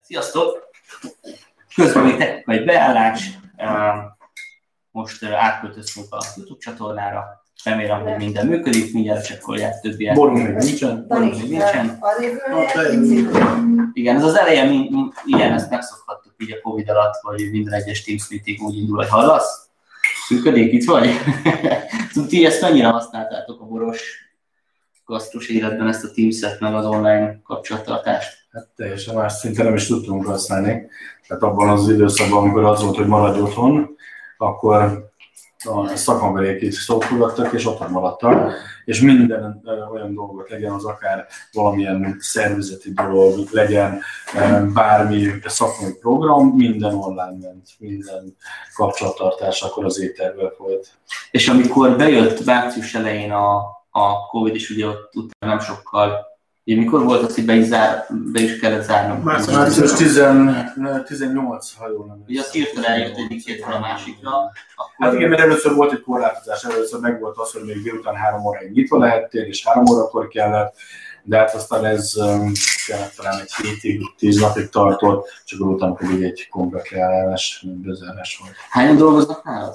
Sziasztok! Közben még technikai beállás. Most átköltöztünk a YouTube csatornára. Remélem, hogy minden működik. Mindjárt csekkolják többiek. Borunk még nincsen. Igen, ez az elején, igen, ezt megszokhattuk így a Covid alatt, hogy minden egyes Teams meeting úgy indul, hogy hallasz. Működik, itt vagy? Ti ezt mennyire használtátok a boros gasztrós életben, ezt a Teams-et, meg az online kapcsolattartást? Hát teljesen más szinten nem is tudtunk használni. Tehát abban az időszakban, amikor az volt, hogy maradj otthon, akkor a szakemberek is szófogadtak, és otthon maradtak, és minden olyan dolgot legyen, az akár valamilyen szervezeti dolog, legyen bármi szakmai program, minden online ment, minden kapcsolattartás akkor az éterben volt. És amikor bejött március elején a Covid, és ugye ott utána nem sokkal, mikor volt az, hogy be is kellett zárnom? Március 18, ha jól nem. Ugye azt hirtelen eljött egyik hétről a másikra. Hát igen, mert először volt egy korlátozás, először meg volt az, hogy még délután 3 óráig nyitva lehettél, és 3 órakor kellett, de hát aztán ez kellett talán egy hétig, 10 napig tartott, csak utána pedig egy komplet leállás, bezárás volt. Hányan dolgoznak nálad?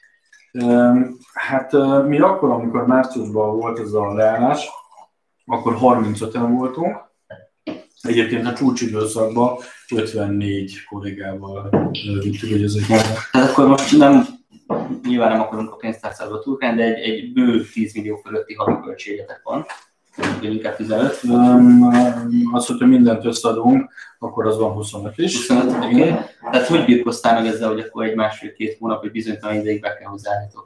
Hát mi akkor, amikor márciusban volt ez a leállás, akkor 35-en voltunk. Egyébként a csúcsidőszakban 54 kollégával vittük, hogy ez egy... Hát akkor most nyilván nem akarunk a pénztárcába túlkálni, de egy bő 10 millió fölötti havi költségetek van. Inkább 15. Az, hogyha mindent összeadunk, akkor az van 25 is. 25, oké. Okay. Tehát hogy birkoztál meg ezzel, hogy akkor egy másfél-két hónap, hogy bizonytalan ideig be kell hozzáállítok?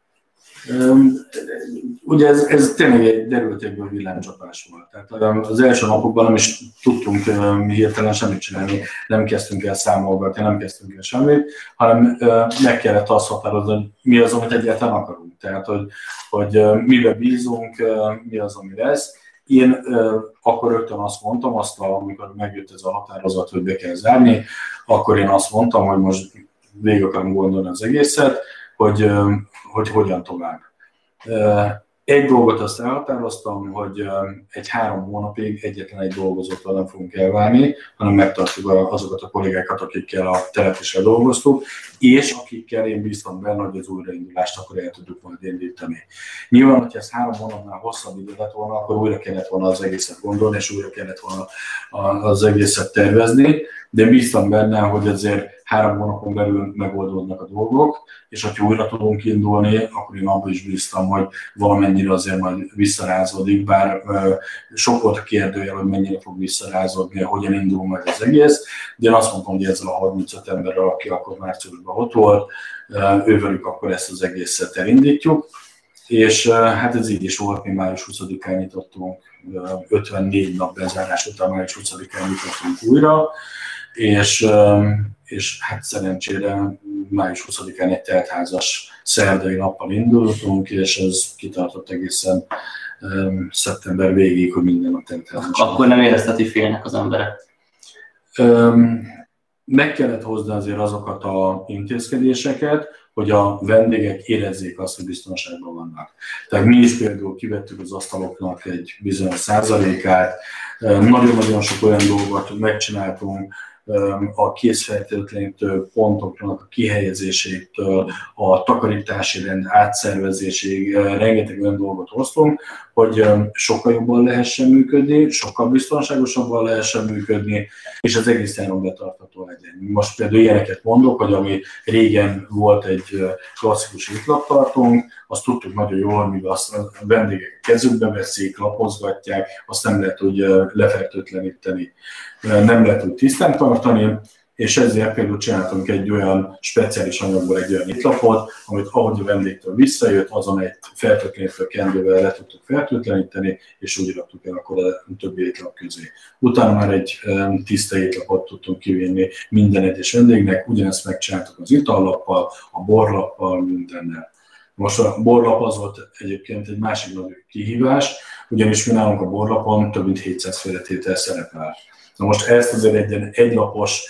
Ugye ez tényleg egy derültékből villámcsapás volt. Tehát az első napokban nem is tudtunk hirtelen semmit csinálni, nem kezdtünk el számolgatni, nem kezdtünk el semmit, hanem meg kellett azt határozni, hogy mi az, amit egyáltalán akarunk. Tehát, hogy mibe bízunk, mi az, ami lesz. Én akkor rögtön azt mondtam, amikor megjött ez a határozat, hogy be kell zárni, akkor én azt mondtam, hogy most végig akarom gondolni az egészet, hogy hogyan tovább. Egy dolgot azt elhatároztam, hogy egy 3 hónapig egyetlen egy dolgozótól nem fogunk elválni, hanem megtartjuk azokat a kollégákat, akikkel a telepésre dolgoztuk, és akikkel én bíztam benne, hogy az újraindulást akkor el tudjuk majd indítani. Nyilván, hogyha ez 3 hónapnál hosszabb idő lett volna, akkor újra kellett volna az egészet gondolni, és újra kellett volna az egészet tervezni, de bíztam benne, hogy azért 3 hónapon belül megoldódnak a dolgok, és ha újra tudunk indulni, akkor én abban is bíztam, hogy valamennyire azért majd visszarázódik, bár sok volt a kérdőjel, hogy mennyire fog visszarázódni, hogyan indul majd az egész, de én azt mondtam, hogy ezzel a 35 emberrel, aki akkor márciusban ott volt, ővelük akkor ezt az egészet elindítjuk, és hát ez így is volt, mi május 20-án nyitottunk, 54 nap bezárás után május 20-án nyitottunk újra, és hát szerencsére május 20-án egy teltházas szerdai nappal indultunk, és ez kitartott egészen szeptember végéig, hogy minden nap teltházas. Akkor nem érezted, hogy félnek az emberek? Meg kellett hozni azért azokat az intézkedéseket, hogy a vendégek érezzék azt, hogy biztonságban vannak. Tehát mi is például kivettük az asztaloknak egy bizonyos százalékát, nagyon-nagyon sok olyan dolgot megcsináltunk, a készfertőtlenítő pontoknak a kihelyezésétől, a takarítási rend átszervezéséig rengeteg olyan dolgot hoztunk, hogy sokkal jobban lehessen működni, sokkal biztonságosabban lehessen működni, és az egész nyáron betartható legyen. Most például ilyeneket mondok, hogy ami régen volt egy klasszikus étlaptartónk, azt tudtuk nagyon jól, hogy mivel azt a vendégek kezükbe veszik, lapozgatják, azt nem lehet úgy lefertőtleníteni, nem lehet úgy tisztán tartani, és ezért például csináltunk egy olyan speciális anyagból egy olyan étlapot, amit ahogy a vendégtől visszajött, azon egy fertőtlenítő kendővel le tudtuk fertőtleníteni, és úgy raktuk el akkor a többi étlap közé. Utána már egy tiszta étlapot tudtunk kivinni minden egyes vendégnek, ugyanezt megcsináltuk az itallappal, a borlappal, mindennel. Most a borlap az volt egyébként egy másik nagy kihívás, ugyanis mi nálunk a borlapon több mint 700 féletétel szerepel. Na most ezt azért egy egylapos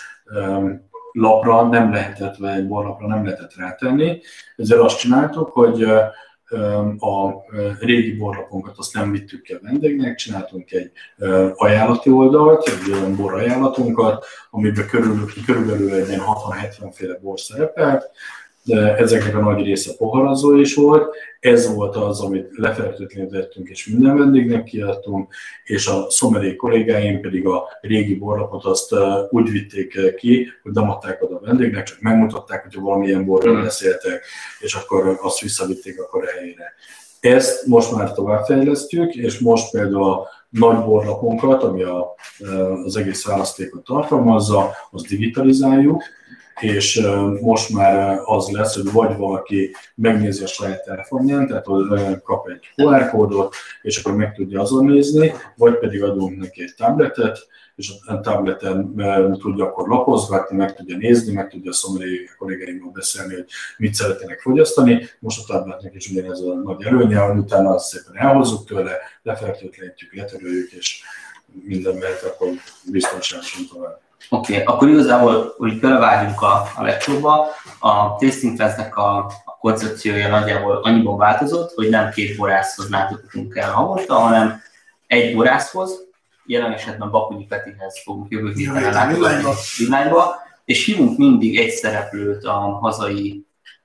lapra nem lehetett, vagy egy borlapra nem lehetett rátenni, ezzel azt csináltuk, hogy a régi borlapunkat azt nem vittük ki a vendégnek, csináltunk egy ajánlati oldalt, egy olyan borajánlatunkat, amiben körülbelül egy ilyen 60-70 féle bor szerepelt, de ezeknek a nagy része poharazó is volt. Ez volt az, amit lefertőtlenítettünk és minden vendégnek kiadtunk, és a szomelié kollégáim pedig a régi borlapot azt úgy vitték ki, hogy nem adták oda a vendégnek, csak megmutatták, hogyha valamilyen borról beszéltek, és akkor azt visszavitték akkor helyére. Ezt most már továbbfejlesztjük, és most például a nagy borlapunkat, ami az egész választékot tartalmazza, azt digitalizáljuk, és most már az lesz, hogy vagy valaki megnézi a saját telefonján, tehát kap egy QR kódot, és akkor meg tudja azon nézni, vagy pedig adunk neki egy tabletet, és a tableten tudja akkor lapozgatni, meg tudja nézni, meg tudja a szomelié kollégáimmal beszélni, hogy mit szeretnének fogyasztani. Most a tabletnek is ugyanez a nagy előnye, hogy utána azt szépen elhozzuk tőle, lefertőtlenítjük, letöröljük, és minden mehet akkor biztonságosan tovább. Oké, akkor igazából, hogy belevágjunk a legtöbbbe, a Tasting Festnek a koncepciója nagyjából annyiban változott, hogy nem 2 borászhoz látogatunk el havonta, hanem egy borászhoz, jelen esetben Bakonyi Petihez fogunk jövő héten ellátogatni Villányba, és hívunk mindig egy szereplőt a hazai,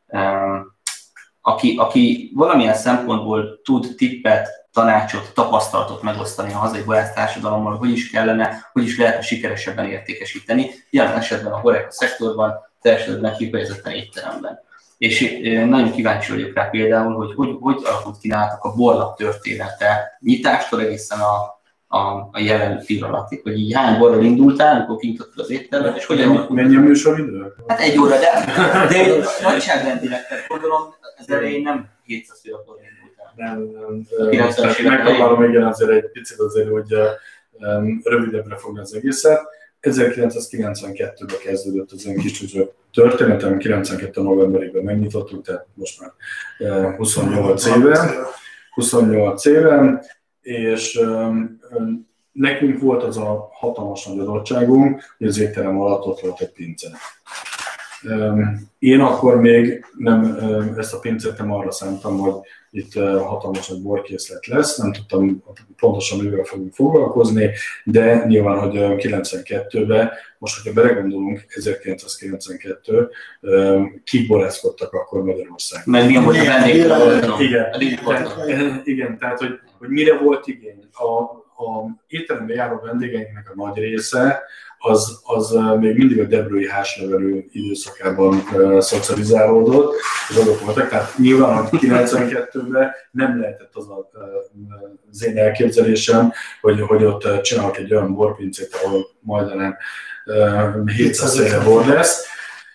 aki valamilyen szempontból tud tippet, tanácsot, tapasztalatot megosztani a hazai borásztársadalommal, hogy is kellene, hogy is lehetne sikeresebben értékesíteni, jelen esetben a horeca szektorban, teljesen kifejezetten étteremben. És nagyon kíváncsi vagyok rá például, hogy alakult ki nálatok a borlap története nyitástól egészen a jelen pillanatig, hogy így hány borral indultál, amikor kinyitottad az éttermet, és hogyan... Mennyi a műsoridő? Hát 1 óra, de nagyságrendileg, tehát gondolom, az elején nem 700 főakor indultál. Megpróbálom igen azért egy picit azért, hogy rövidebbre fogni az egészet. 1992-ben kezdődött az én kis történetem, 92. novemberében megnyitottuk, tehát most már 28 éve, és nekünk volt az a hatalmas nagy adottságunk, hogy az étterem alatt ott volt egy pince. Én akkor még nem ezt a pincét nem arra szántam, hogy itt hatalmas nagy borkészlet lesz, nem tudtam pontosan mivel fogunk foglalkozni, de nyilván, hogy 92-ben, most hogyha belegondolunk, 1992, kik borászkodtak akkor Magyarországon. Meg milyen volt a vendéglátók? Igen, tehát hogy mire volt igény. A étterembe járó vendégeinknek a nagy része, az még mindig a debrői házlevelő időszakában szocializálódott, és azok voltak, tehát nyilván, hogy 92-ben nem lehetett az én elképzelésem, hogy ott csinálok egy olyan borpincét, ahol majdnem 700 féle bor lesz.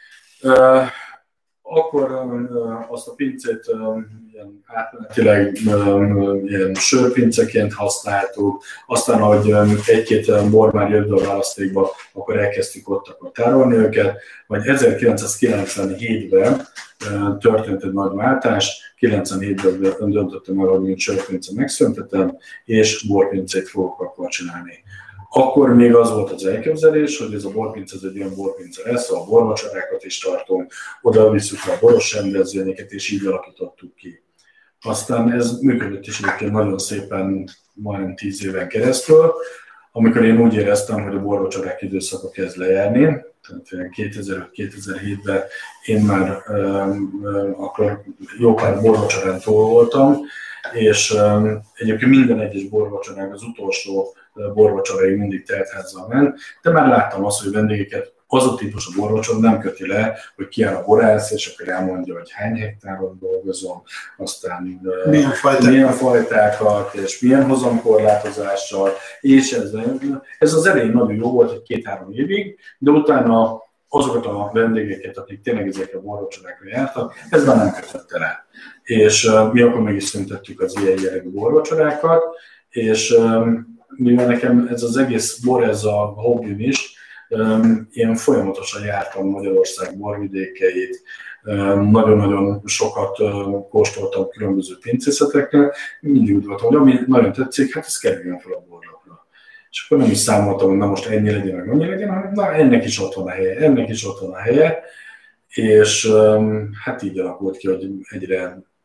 Akkor azt a pincét ilyen átmenetileg ilyen sörpinceként használtuk, aztán, ahogy 1-2 bor már jött a választékba, akkor elkezdtük ott akkor tárolni őket, vagy 1997-ben történt egy nagy váltás, 97-ben döntöttem el, hogy sörpince megszüntetem, és borpincét fogok akkor csinálni. Akkor még az volt az elképzelés, hogy ez a borpince egy olyan borpince lesz, ahol borvacsorákat is tartunk, oda visszük a boros rendezvényeket, és így alakítottuk ki. Aztán ez működött is egyébként nagyon szépen, majdnem 10 éven keresztül, amikor én úgy éreztem, hogy a borvacsorák időszaka kezd lejárni, tehát 2005-2007-ben én már akkor jó pár borvacsorán túl voltam, és egyébként minden egyes borvacsorán az utolsó borvacsoráig mindig teltházzal ment, de már láttam azt, hogy vendégeket az a típusú borvacsora nem köti le, hogy kiáll a borász, és akkor elmondja, hogy hány hektáron dolgozom, aztán milyen fajtákat, és milyen hozamkorlátozással, és ez az elején nagyon jó volt, egy 2-3 évig, de utána azokat a vendégeket, akik tényleg ezekre a borvacsorákra jártak, ez már nem kötötte le. És mi akkor meg is szüntettük az ilyen jellegű borvacsorákat, és mivel nekem ez az egész bor, ez a hobbim is, én folyamatosan jártam Magyarország borvidékeit, nagyon-nagyon sokat kóstoltam különböző pincészetekkel, mindig úgy voltam, hogy ami nagyon tetszik, hát ez kerüljön fel a borlapra. És akkor nem is számoltam, hogy na most ennyi legyen, meg annyi legyen, hanem na ennek is ott van a helye, ennek is ott van a helye, és hát így alakult ki, hogy egyre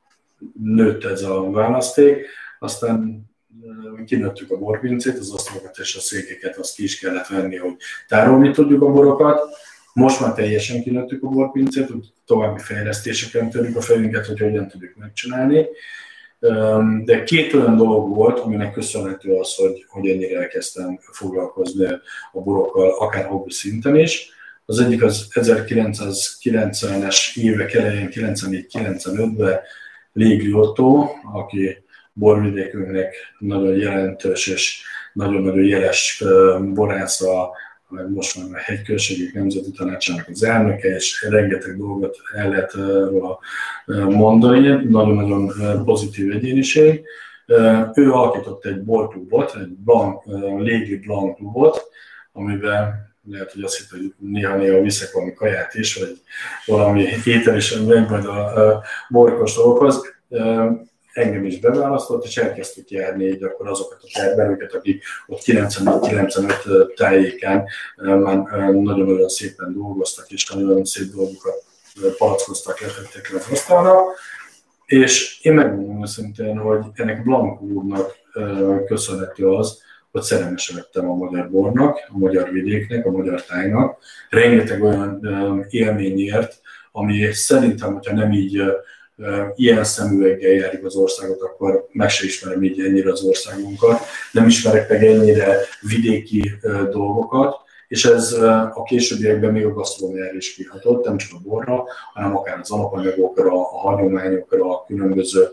nőtt ez a választék, aztán kinőttük a borpincét, az asztalokat és a székeket, azt ki is kellett venni, hogy tárolni tudjuk a borokat. Most már teljesen kinőttük a borpincét, hogy további fejlesztéseken törjük a fejünket, hogy hogyan tudjuk megcsinálni. De két olyan dolog volt, aminek köszönhető az, hogy ennyire elkezdtem foglalkozni a borokkal, akár hobbi szinten is. Az egyik az 1990-es évek elején, 94-95-ben Légli Otto, aki borvidékünknek nagyon jelentős és nagyon-nagyon jeles borász, most már a Hegyközségek Nemzeti Tanácsának az elnöke, és rengeteg dolgot el lehet róla mondani, nagyon-nagyon pozitív egyéniség. Ő alakított egy borklubot, egy Légli Blanc klubot, amiben lehet, hogy azt hitt, hogy néha-néha viszek valami kaját is, vagy valami étel is megy majd a borkóstolókhoz. Engem is beválasztott, és elkezdtük járni így akkor azokat a termelőket, akik ott 94-95 tájékán már nagyon-nagyon szépen dolgoztak, és nagyon szép dolgokat palackoztak, letettek le az asztalra. És én megmondom őszintén, hogy ennek Blanc úrnak köszönhető az, hogy szerelmesedtem a magyar bornak, a magyar vidéknek, a magyar tájnak. Rengeteg olyan élményért, ami szerintem, hogyha nem így ilyen szemüveggel járjuk az országot, akkor meg se ismerem így ennyire az országunkat. Nem ismerek meg ennyire vidéki dolgokat, és ez a későbbiekben még a gasztronómiára is kihatott, nem csak a borra, hanem akár az alapanyagokra, a hagyományokra, a különböző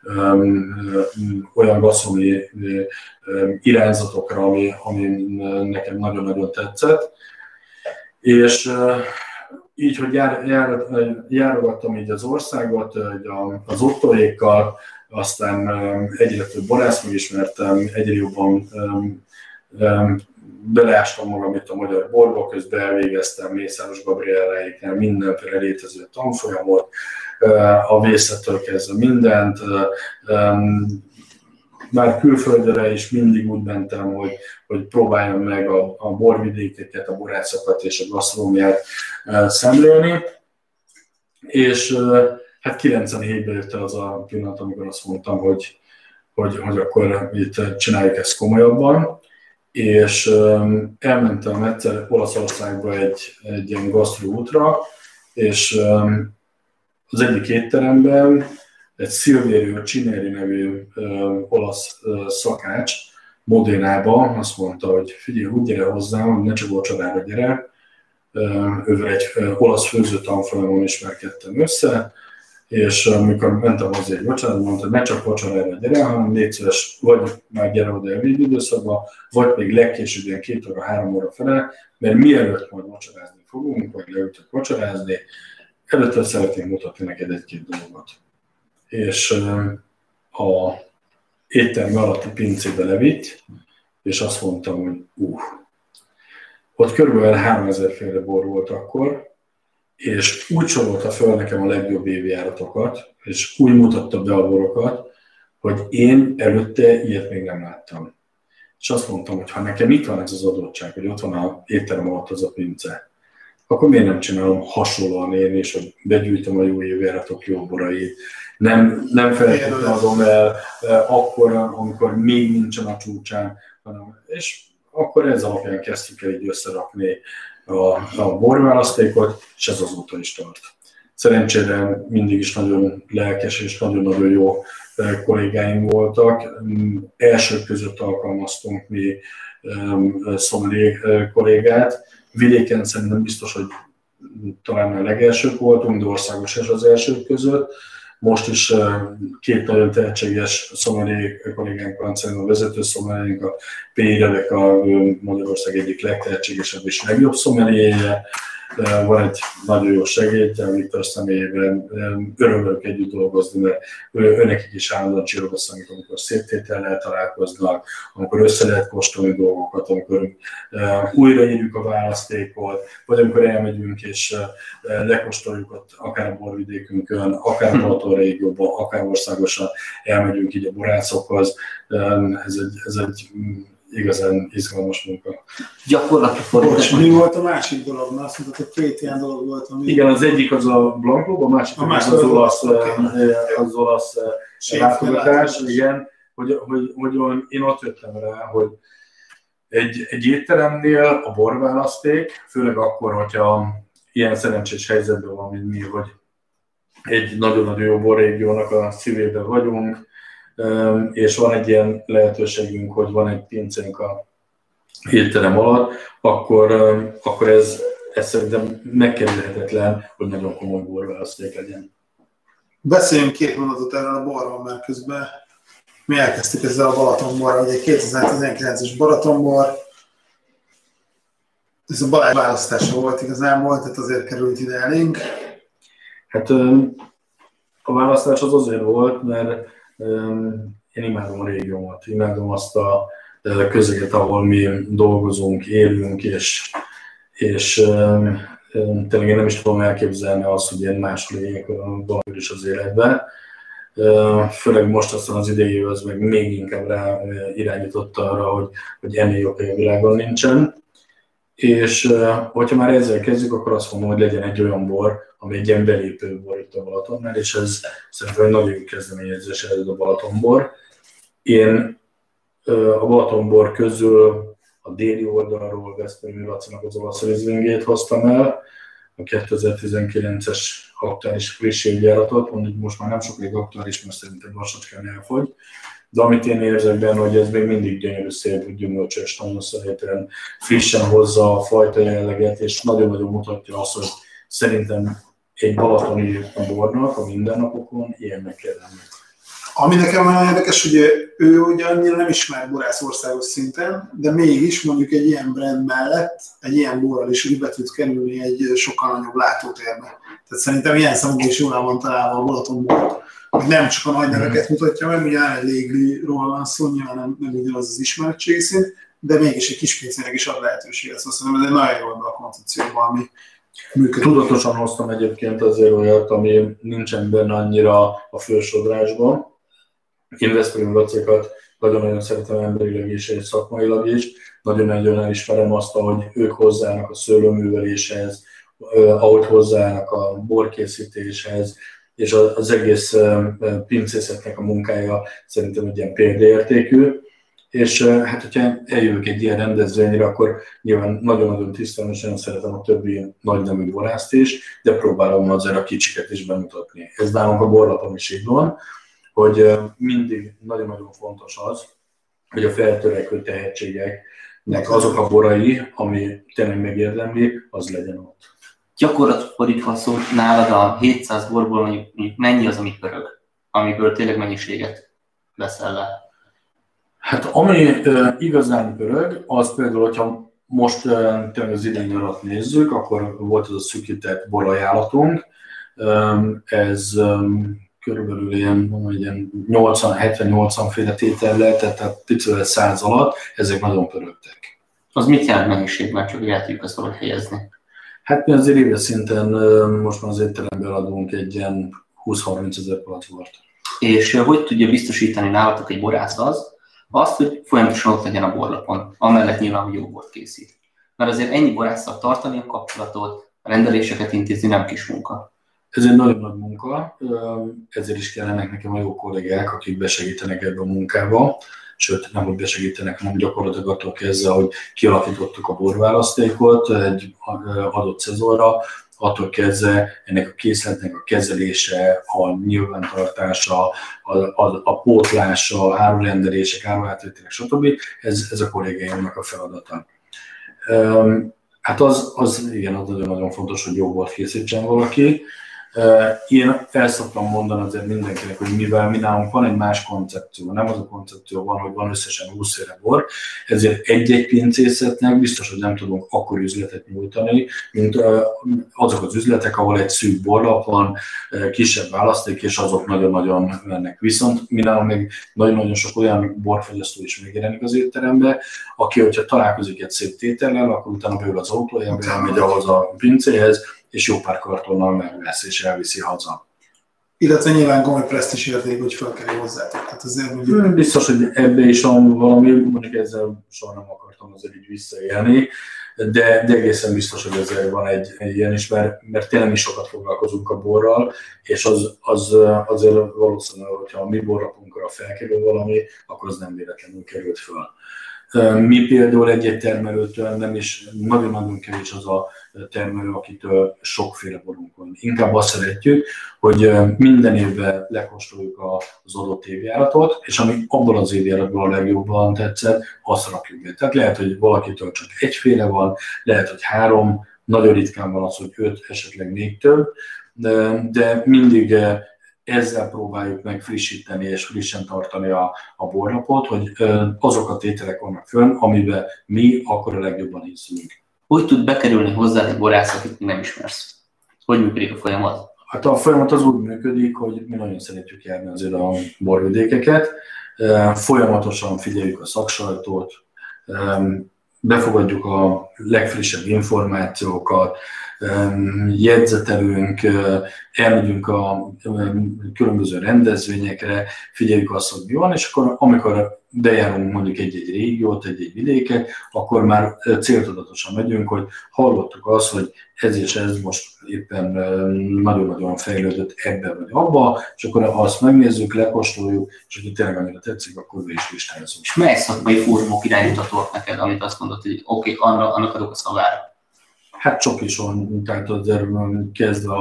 olyan gasztronómiai irányzatokra, ami nekem nagyon-nagyon tetszett. És így, hogy járogattam így az országot, az Ottoékkal, aztán egyre több borász megismertem, egyre jobban beleástam magam itt a magyar borba, közben elvégeztem Mészáros Gabrielláéknál mindenféle létező tanfolyamot, a vészettől kezdve mindent. Már külföldre is mindig úgy mentem, hogy próbáljam meg a borvidékeket, a borászokat és a gasztronómiát szemlélni. És hát 97-ben jött el az a pillanat, amikor azt mondtam, hogy akkor itt csináljuk ezt komolyabban. És elmentem egyszer Olaszországba egy ilyen gasztró-útra, és az egyik étteremben egy Silverio Cineri nevű olasz szakács Modénában azt mondta, hogy figyelj, úgy gyere hozzám, hogy ne csak vacsorára gyere. Ővel egy olasz főző tanfolyamon ismerkedtem össze, és amikor mentem hozzá egy vacsorára, mondta, hogy ne csak vacsorára gyere, hanem légy szíves, vagy már gyere oda ebédidőszakba, vagy még legkésőbb ilyen 2 óra, 3 óra fele, mert mielőtt majd vacsorázni fogunk, vagy leültök vacsorázni, előtte szeretném mutatni neked egy-két dolgot. És a étterem alatti pincébe levitt, és azt mondtam, hogy ott körülbelül 3000 féle bor volt akkor, és úgy sorolta föl nekem a legjobb évjáratokat, és úgy mutatta be a borokat, hogy én előtte ilyet még nem láttam. És azt mondtam, hogy ha nekem itt van ez az adottság, hogy ott van az étterem alatt az a pince, akkor miért nem csinálom hasonlóan én is, hogy begyűjtöm a jó évjáratok jó borait. Nem feltétlenül adom el akkor, amikor még nincsen a csúcsán, és akkor ez alapján kezdtük el így összerakni a borválasztékot, és ez azóta is tart. Szerencsére mindig is nagyon lelkes és nagyon-nagyon jó kollégáim voltak. Elsők között alkalmaztunk mi sommelier kollégát. Vidéken szerintem biztos, hogy talán a legelsők voltunk, de országos is az elsők között. Most is 2 nagyon tehetséges sommelier kollégánk van, szerintem a vezető sommelierünk, a P. Rebeka, Magyarország egyik legtehetségesebb és legjobb sommelierje. Van egy nagyon jó segédje, Viktor személyében örömök együtt dolgozni, mert őnekik is állandóan csillog a szemük, amikor széptétellel találkoznak, amikor össze lehet kóstolni dolgokat, amikor újraírjuk a választékot, vagy amikor elmegyünk és lekóstoljuk ott akár a borvidékünkön, akár a Balaton régióban, akár országosan elmegyünk így a borászokhoz. Ez egy igazán izgalmas munka. Gyakorlatilag fordítás. Mi volt a másik dolog? Mert azt mondtad, hogy két ilyen dolog volt. Ami... Igen, az egyik az a Blanco, a másik az olasz látogatás, igen, hogy én ott jöttem rá, hogy egy étteremnél a borválaszték, főleg akkor, hogyha ilyen szerencsés helyzetben van, mint mi, hogy egy nagyon-nagyon jó borrégiónak a szívében vagyunk, és van egy ilyen lehetőségünk, hogy van egy pincénk a étterem alatt, akkor ez szerintem megkerülhetetlen, hogy nagyon komoly borválaszték legyen. Beszéljünk két mondatot erről a borról, mert közben mi elkezdtük ezzel a Balatonborral, ugye 2019-es Balatonbor, ez a Balázs választása volt igazából, tehát azért került ide elénk. Hát a választás az azért volt, mert én imádom a régiómat, imádom azt a közeget, ahol mi dolgozunk, élünk, és tényleg én nem is tudom elképzelni azt, hogy én máshol éljek valamit is az életben. Főleg most aztán az idei az meg még inkább rá irányította arra, hogy ennél jobb a világon nincsen. És hogyha már ezzel kezdjük, akkor azt mondom, hogy legyen egy olyan bor, ami egy ilyen belépő bor itt a Balatonnál, és ez szerintem egy nagyon jó kezdeményezés ez a Balatonbor. Én a Balatonbor közül a déli oldalról Veszprémi Lacinak az olasz Rieslingét hoztam el, a 2019-es aktuális friss évjáratot, mondjuk most már nem sokáig aktuális, mert szerintem lassacskán elfogy, de amit én érzek benne, hogy ez még mindig gyönyörű, szép, gyümölcsös, nagyon szerintem frissen hozza a fajta jelleget, és nagyon-nagyon mutatja azt, hogy szerintem egy balatoni bornak a mindennapokon ilyennek kell lenni. Ami nekem nagyon érdekes, hogy ő ugye annyira nem ismert borász országos szinten, de mégis mondjuk egy ilyen brand mellett, egy ilyen borral is be tud kerülni egy sokkal nagyobb látótérbe. Tehát szerintem ilyen szemben is jól van találva a Balatonbor, hogy nem csak a nagy neveket mutatja meg, ugye egy Légliról van szó, nyilván nem ugyanaz az ismeretségi szint, de mégis egy kis pincének is ad lehetőséget. Szóval szerintem ez egy nagyon jó a koncepcióban, ami működik. Tudatosan hoztam egyébként azért olyat, ami nincsen benne annyira a fősodrásban. Én Veszprémi Lacikat nagyon-nagyon szeretem emberileg is és szakmailag is. Nagyon-nagyon elismerem azt, ahogy ők hozzáállnak a szőlőműveléshez, ahogy hozzáállnak a borkészítéshez, és az egész pincészetnek a munkája szerintem egy ilyen példaértékű. És hát, hogyha eljövök egy ilyen rendezvényre, akkor nyilván nagyon-nagyon tisztelmesen szeretem a többi nagy nemű borászt is, de próbálom azért a kicsiket is bemutatni. Ez nálunk a borlapon is így van, hogy mindig nagyon-nagyon fontos az, hogy a feltörekvő tehetségeknek azok a borai, ami tényleg megérdemli, az legyen ott. Gyakorlatilag fordítva szó, nálad a 700 borból mondjuk mennyi az, ami pörög, amiből tényleg mennyiséget veszel le? Hát ami igazán pörög, az például, hogyha most tényleg az idei nyarat nézzük, akkor volt ez a szűkített borajánlatunk, ez körülbelül ilyen 70-80 féle tétel lehetett, tehát picit 100 alatt, ezek nagyon pörögtek. Az mit jelent mennyiség, már csak el tudjuk ezt valahogy helyezni? Hát mi azért éves szinten most már az étteremben adunk egy ilyen 20-30 ezer palacbort. És hogy tudja biztosítani nálatok egy borász azt, hogy folyamatosan ott legyen a borlapon, amellett nyilván, hogy jó bort készít. Mert azért ennyi borásszal tartani a kapcsolatot, a rendeléseket intézni nem kis munka. Ez egy nagyon nagy munka, ezért is kellenek nekem a jó kollégák, akik besegítenek ebbe a munkába, sőt nem, hogy besegítenek, hanem gyakorlatilag attól kezdve, hogy kialakítottuk a borválasztékot egy adott szezonra, attól kezdve ennek a készletnek a kezelése, a nyilvántartása, a pótlása, árurendelések, áruátvételek, stb. Ez a kollégáimnak a feladata. Hát az nagyon-nagyon fontos, hogy jó bort készítsen valaki. Én el szoktam mondani azért mindenkinek, hogy mivel mi nálunk van egy más koncepció, nem az a koncepció van, hogy van összesen 20 féle bor, ezért egy-egy pincészetnek biztos, hogy nem tudunk akkor üzletet nyújtani, mint azok az üzletek, ahol egy szűk borlap van, kisebb választék, és azok nagyon-nagyon mennek. Viszont mi nálunk még nagyon-nagyon sok olyan borfogyasztó is megjelenik az étterembe, aki, hogyha találkozik egy szép tétellel, akkor utána beül az autójába, elmegy ahhoz a pincéhez, és jó pár kartonnal megvesz és elviszi haza. Illetve nyilván komoly presztis érték, hogy felkerül hozzátok. Tehát azért mondjuk... Biztos, hogy ebbe is van valami, mondjuk ezzel soha nem akartam azért így visszaélni, de egészen biztos, hogy ezzel van egy ilyen is, mert tényleg is sokat foglalkozunk a borral, és az azért valószínűleg, hogyha a mi borrapunkra felkerül valami, akkor az nem véletlenül került föl. Mi például egy-egy termelőtől nem is, nagyon-nagyon kevés az a termelő, akitől sokféle borunk van. Inkább azt szeretjük, hogy minden évben lekóstoljuk az adott évjáratot, és ami abban az évjáratban a legjobban tetszett, azt rakjuk be. Tehát lehet, hogy valakitől csak egyféle van, lehet, hogy 3, nagyon ritkán van az, hogy 5, esetleg még több, de mindig ezzel próbáljuk meg frissíteni és frissen tartani a borlapot, hogy azok a tételek vannak fönn, amiben mi akkor a legjobban hiszünk. Hogy tud bekerülni hozzá egy borász, akit nem ismersz? Hogy működik a folyamat? Hát a folyamat az úgy működik, hogy mi nagyon szeretjük járni azért a borvidékeket, folyamatosan figyeljük a szaksajtót, befogadjuk a legfrissebb információkat, jegyzetelünk, elmegyünk a különböző rendezvényekre, figyeljük azt, hogy mi van, és akkor amikor bejárunk mondjuk egy-egy régiót, egy-egy vidéket, akkor már céltudatosan megyünk, hogy hallottuk azt, hogy ez és ez most éppen nagyon-nagyon fejlődött ebbe vagy abba, és akkor azt megnézzük, lekóstoljuk, és hogyha tényleg annyira tetszik, akkor be is listázunk. És mely szakmai fórumok irányítatóak neked, amit azt mondod, hogy oké, annak adok a szavára? Hát sok is van, tehát azért kezdve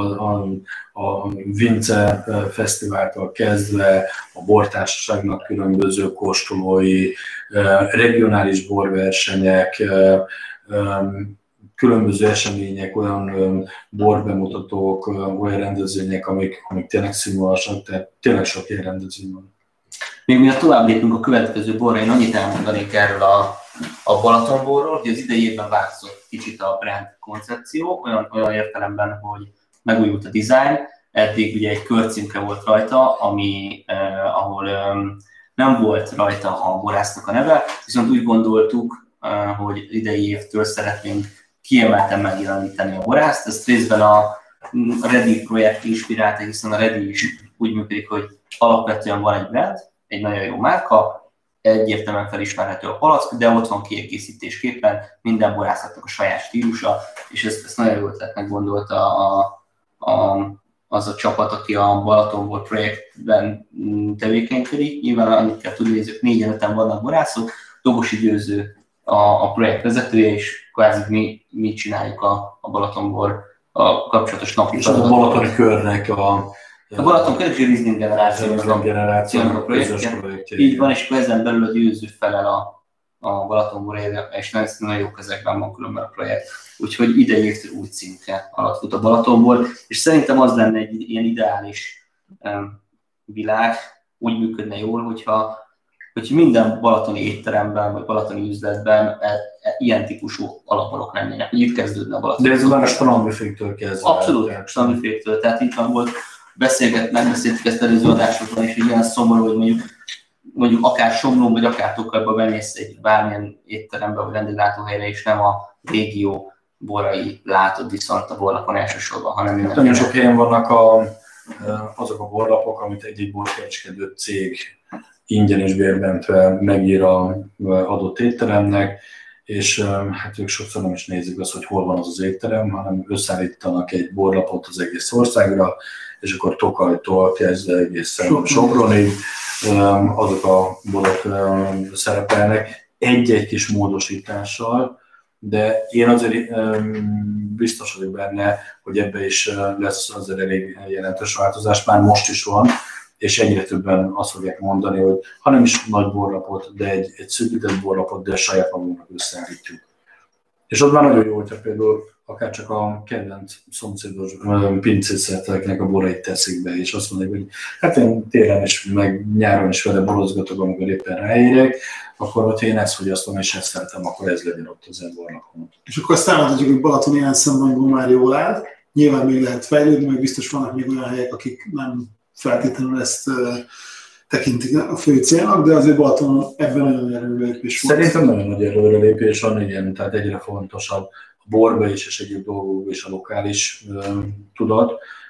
a Vince Fesztiváltól kezdve a bortársaságnak különböző kóstolói, regionális borversenyek, különböző események, olyan borbemutatók, olyan rendezvények, amik tényleg színvonalasak, tehát tényleg sok ilyen rendezvény van. Még miatt tovább lépünk a következő borra, én annyit elmondanék erről a Balatonborról, hogy az idei évben változott kicsit a brand koncepció, olyan értelemben, hogy megújult a design, eddig ugye egy körcímke volt rajta, ahol nem volt rajta a borásznak a neve, viszont úgy gondoltuk, hogy idei évtől szeretnénk kiemelten megjeleníteni a borászt. Ezt részben a Ready projekt inspirálta, hiszen a Ready is úgy működik, hogy alapvetően van egy brand, egy nagyon jó márka, egyértelműen felismerhető a palack, de ott van kiegészítésképpen minden borászatnak a saját stílusa, és ezt nagyon jó ötletnek gondolta az a csapat, aki a Balatonbor projektben tevékenykedik. Nyilván annyit kell tudni, hogy 4-5-en vannak borászok, Dobosi Győző a projekt vezetője, és kvázi mi csináljuk a Balatonbor a kapcsolatos napi és a balatoni körnek a Balaton Körös Riesling generációnak a projektje. Így van, és ezen belül a Győző felel a Balatonborért, és nagyon jó kezekben van különben a projekt. Úgyhogy idei évtől új címke alatt fut a Balatonbor, és szerintem az lenne egy ilyen ideális világ, úgy működne jól, hogyha minden balatoni étteremben, vagy balatoni üzletben ilyen típusú alapborok lennének. Itt kezdődne a Balaton. De ez már a strandbüféktől kezdve. Abszolút, strandbüféktől. Tehát itt van volt, megbeszéltük ezt előző adásokban is, hogy ilyen szomorú, hogy mondjuk akár Somlón, vagy akár Tokajba bemész egy bármilyen étterembe, vagy vendéglátóhelyre, és nem a régió borai látod viszont a borlapon elsősorban, hanem minden. Nagyon sok helyen vannak azok a borlapok, amit egy borkereskedő cég ingyen és bérmentve megír az adott étteremnek, és hát ők sokszor nem is nézik azt, hogy hol van az étterem, hanem összeállítanak egy borlapot az egész országra, és akkor Tokajtól kezdve egészen Sopronig azok a borok szerepelnek egy-egy kis módosítással, de én azért biztos vagyok benne, hogy ebbe is lesz azért elég jelentős változás, már most is van, és egyre többen azt fogják mondani, hogy ha nem is nagy borlapot, de egy szűkített borlapot, de saját magunknak összeállítjuk. És ott már nagyon jó, hogyha például akár csak a kedvenc szomszédos pincészeteknek a borait teszik be, és azt mondják, hogy hát én télen is, meg nyáron is vele borozgatok, amikor éppen ráérek, akkor hogyha én ezt fogyasztom és ezt szeretem, akkor ez legyen ott az én borlapon. És akkor azt elmondhatjuk, hogy Balaton ilyen szempontból már jól áll, nyilván még lehet fejlődni, meg biztos vannak még olyan helyek, akik nem feltétlenül ezt tekintik a fő célnak, de azért Balaton ebben nagyon nagy előrelépés volt. Szerintem nagyon nagy előrelépés van, igen, tehát egyre fontosabb a borba is, és egyéb dolgokban is a lokális tudat.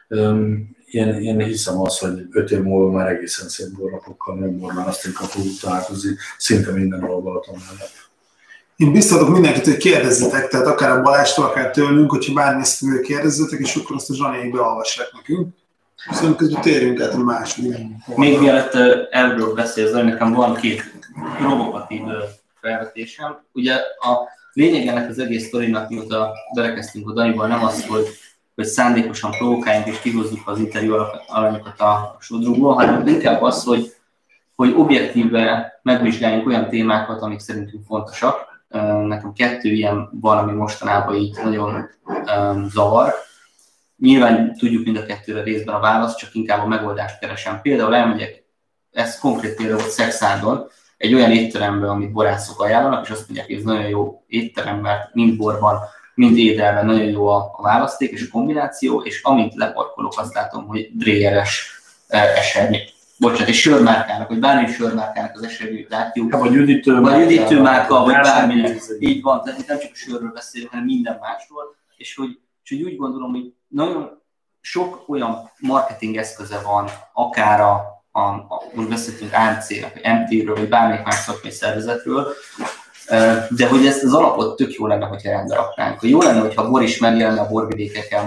Én hiszem azt, hogy 5 év múlva már egészen szép borlapokkal, meg borválasztékkal fogunk találkozni, szinte mindenhol Balaton mellett. Én biztatok mindenkit, hogy kérdezzetek, tehát akár a Balástól, akár tőlünk, hogyha bármi ezt kérdezzetek, és akkor azt a Zsanéig beolvassák nekünk. Szóval közben térjünk át a második. Még mielőtt erről beszélsz, nekem van 2 provokatív felvetésem. Ugye a lényeg ennek az egész sztorinak, mióta belekezdtünk a Danival, nem az, hogy szándékosan provokáljunk és kihozzuk az interjú alanyokat a sodróból, hanem inkább az, hogy objektíve megvizsgáljunk olyan témákat, amik szerintünk fontosak. Nekem 2 ilyen van, ami mostanában így nagyon zavar. Nyilván tudjuk mind a 2-re részben a választ, csak inkább a megoldást keresem. Például elmegyek, ez konkrét példa volt Szexárdon, egy olyan étterembe, amit borászok ajánlanak, és azt mondják, hogy ez nagyon jó étterem, mert mind borban, mind édelben nagyon jó a választék és a kombináció, és amint leparkolok, azt látom, hogy Dreyeres esernyő. Bocsánat, egy sörmárkának, vagy bármilyen sörmárkának az esernyőt látjuk. Vagy üdítőmárka, vagy bármilyen. Így van, tehát nem csak a sörről beszélünk, hanem minden másról. És hogy úgy gondolom, hogy nagyon sok olyan marketing eszköze van, akár most beszéltünk AMC-nek, vagy MT-ről, vagy bármelyik más szakmai szervezetről, de hogy ezt az alapot tök jó lenne, hogyha rendbe raknánk. Jó lenne, hogyha a bor is megjelenne a borvidékeken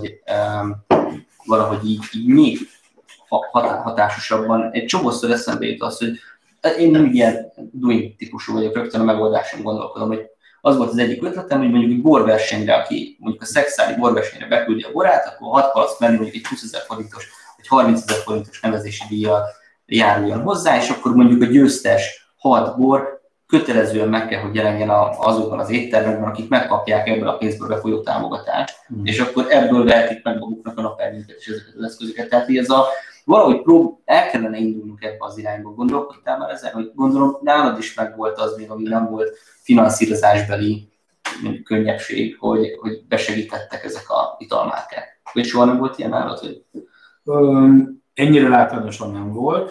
valahogy így még hatásosabban. Egy csomószor eszembe jut az, hogy én nem ilyen doing típusú vagyok, rögtön a megoldáson gondolkodom, hogy az volt az egyik ötletem, hogy mondjuk egy borversenyre, aki mondjuk a szexári borversenyre beküldi a borát, akkor 6 palack menni mondjuk egy 20 000 forintos vagy 30 000 forintos nevezési díjjal járuljon hozzá, és akkor mondjuk a győztes 6 bor kötelezően meg kell, hogy jelenjen azokban az éttermekben, akik megkapják ebből a pénzből befolyó támogatást, és akkor ebből vehetik meg maguknak a napernyőket és ezeket az eszközöket. Tehát ez valahogy el kellene indulnunk ebbe az irányba. Gondolkodtál már ezen, hogy gondolom nálad is megvolt az még, ami nem volt finanszírozásbeli könnyebbség, hogy besegítettek ezek a italmárkák. Vagy soha nem volt ilyen nálad? Hogy... Ennyire látványosan nem volt,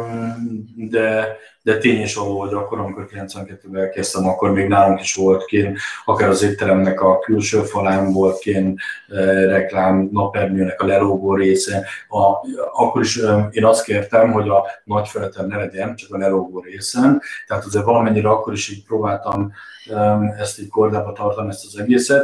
de tény is való, hogy akkor, amikor 92-ben elkezdtem, akkor még nálunk is volt kint, akár az étteremnek a külső falán volt kint reklám, napernyőnek a lelógó része. Akkor is én azt kértem, hogy a nagy feleten ne legyen, csak a lelógó részen. Tehát azért valamennyire akkor is így próbáltam ezt így kordába tartani, ezt az egészet.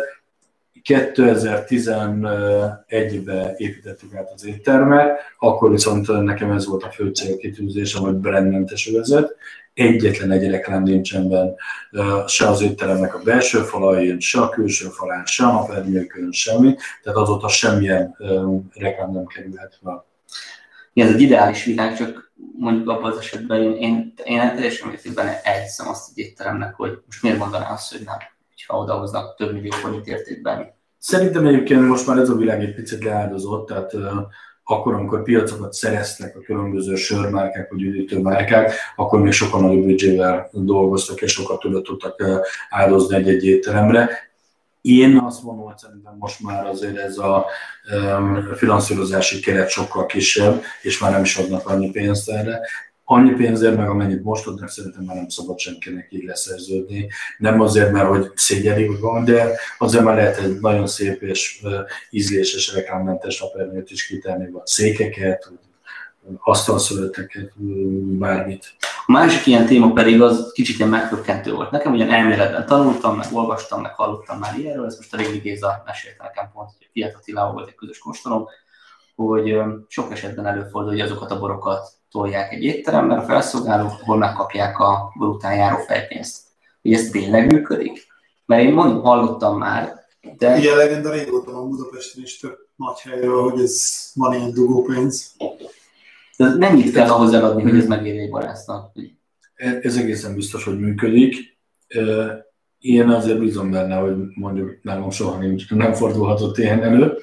2011-ben építettük át az éttermet, akkor viszont nekem ez volt a fő célkitűzésem, hogy brandmentes övezet. Egyetlen egy reklám nincsen benne, se az étteremnek a belső falain, se a külső falán, se a napernyőkön, semmi, tehát azóta semmilyen reklám nem kerülhet fel. Ez egy ideális világ, csak mondjuk abban az esetben én teljesen mértékben elhiszem azt egy étteremnek, hogy most miért mondaná azt, hogy nem, ha odahoznak több millió forint értékben. Szerintem egyébként most már ez a világ egy picit leáldozott, tehát akkor, amikor piacokat szereztek a különböző sörmárkák vagy üdítőmárkák, akkor még sokkal nagyobb büdzsével dolgoztak és sokat tudtak áldozni egy-egy étteremre. Én azt mondom, hogy szerintem most már azért ez a finanszírozási keret sokkal kisebb, és már nem is adnak annyi pénzt erre. Annyi pénzért, meg amennyit most adnak, szerintem már nem szabad senkinek így leszerződni. Nem azért, mert hogy szégyellik van, de azért már lehet egy nagyon szép és ízléses reklámmentes napernyőt is kitenni, vagy székeket, asztalszöveteket, bármit. A másik ilyen téma pedig az kicsit ilyen meghökkentő volt. Nekem ugyan elméletben tanultam, meg olvastam, meg hallottam már ilyenről, ezt most a Régi Géza mesélte nekem pont, hogy Fiat Attilával volt egy közös kóstolom, hogy sok esetben előfordul, hogy azokat a borokat tolják egy étteremben, a felszolgálók, ahol megkapják a bor után járó fejpénzt. Hogy ez tényleg működik? Mert én mondom, hallottam már, de... Ilyen legenda régóta van Budapesten is több nagy helyről, hogy ez van ilyen dugópénz. De mennyit kell ahhoz eladni, hogy ez megérje egy borásznak? Ez egészen biztos, hogy működik. Én azért bízom benne, hogy mondjuk nálam soha nem fordulhatott ilyen elő.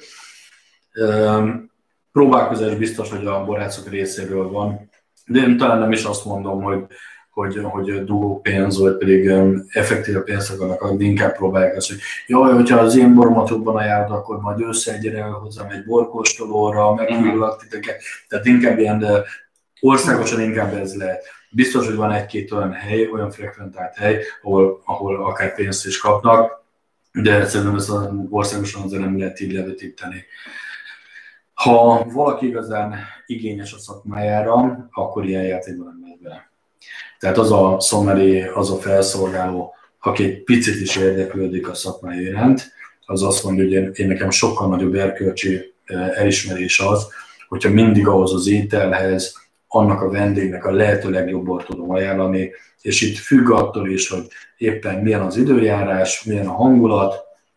Próbálkozás biztos, hogy a borászok részéről van, de én talán nem is azt mondom, hogy dugó pénz, vagy pedig effektív pénzt akarnak adni, inkább próbálják azt, hogy jaj, hogyha az én boromatokban ajánlod, akkor majd összeegyre hozzám egy borkóstolóra, meghívlak titeket. Tehát inkább ilyen, országosan inkább ez lehet. Biztos, hogy van egy-két olyan hely, olyan frekventált hely, ahol akár pénzt is kapnak, de szerintem ezt országosan azért nem lehet így levetíteni. Ha valaki igazán igényes a szakmájára, akkor ilyen játékban nem megy bele. Tehát az a szomeri, az a felszolgáló, aki egy picit is érdeklődik a szakmája iránt, az azt mondja, hogy én nekem sokkal nagyobb erkölcsi elismerés az, hogyha mindig ahhoz az ételhez, annak a vendégnek a lehető legjobbat tudom ajánlani, és itt függ attól is, hogy éppen milyen az időjárás, milyen a hangulat,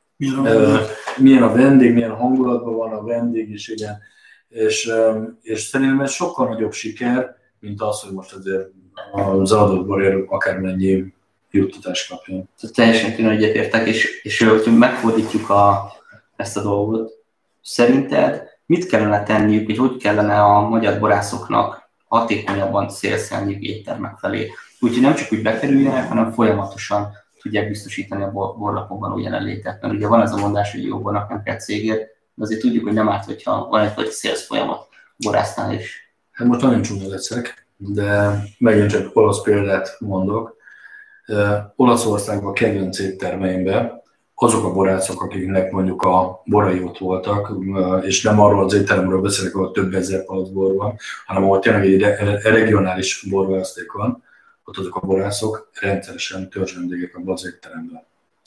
milyen a vendég, milyen hangulatban van a vendég is, igen. És szerintem ez sokkal nagyobb siker, mint az, hogy most azért az adott borért akármennyi juttatást kapjon. Teljesen külön egyetértek, és hogy megfordítjuk ezt a dolgot, szerinted mit kellene tenniük, és hogy kellene a magyar borászoknak hatékonyabban célszerniük éttermek felé? Úgyhogy nem csak úgy bekerüljenek, hanem folyamatosan tudják biztosítani a borlapon való jelenlétet. Mert ugye van ez a mondás, hogy jó bornak nem kell cégért, de azért tudjuk, hogy nem árt, hogyha van egy sales folyamat borásznál is. Hát most nagyon csúnya leszek, de megint csak olasz példát mondok. Olaszországban a kedvenc éttermeimben azok a borászok, akiknek mondjuk a borai ott voltak, és nem arról az étteremről beszélek, ahol több ezer palacbor van, hanem ahol tényleg egy regionális borválaszték van, ott azok a borászok rendszeresen törzsvendégek abban az étteremben.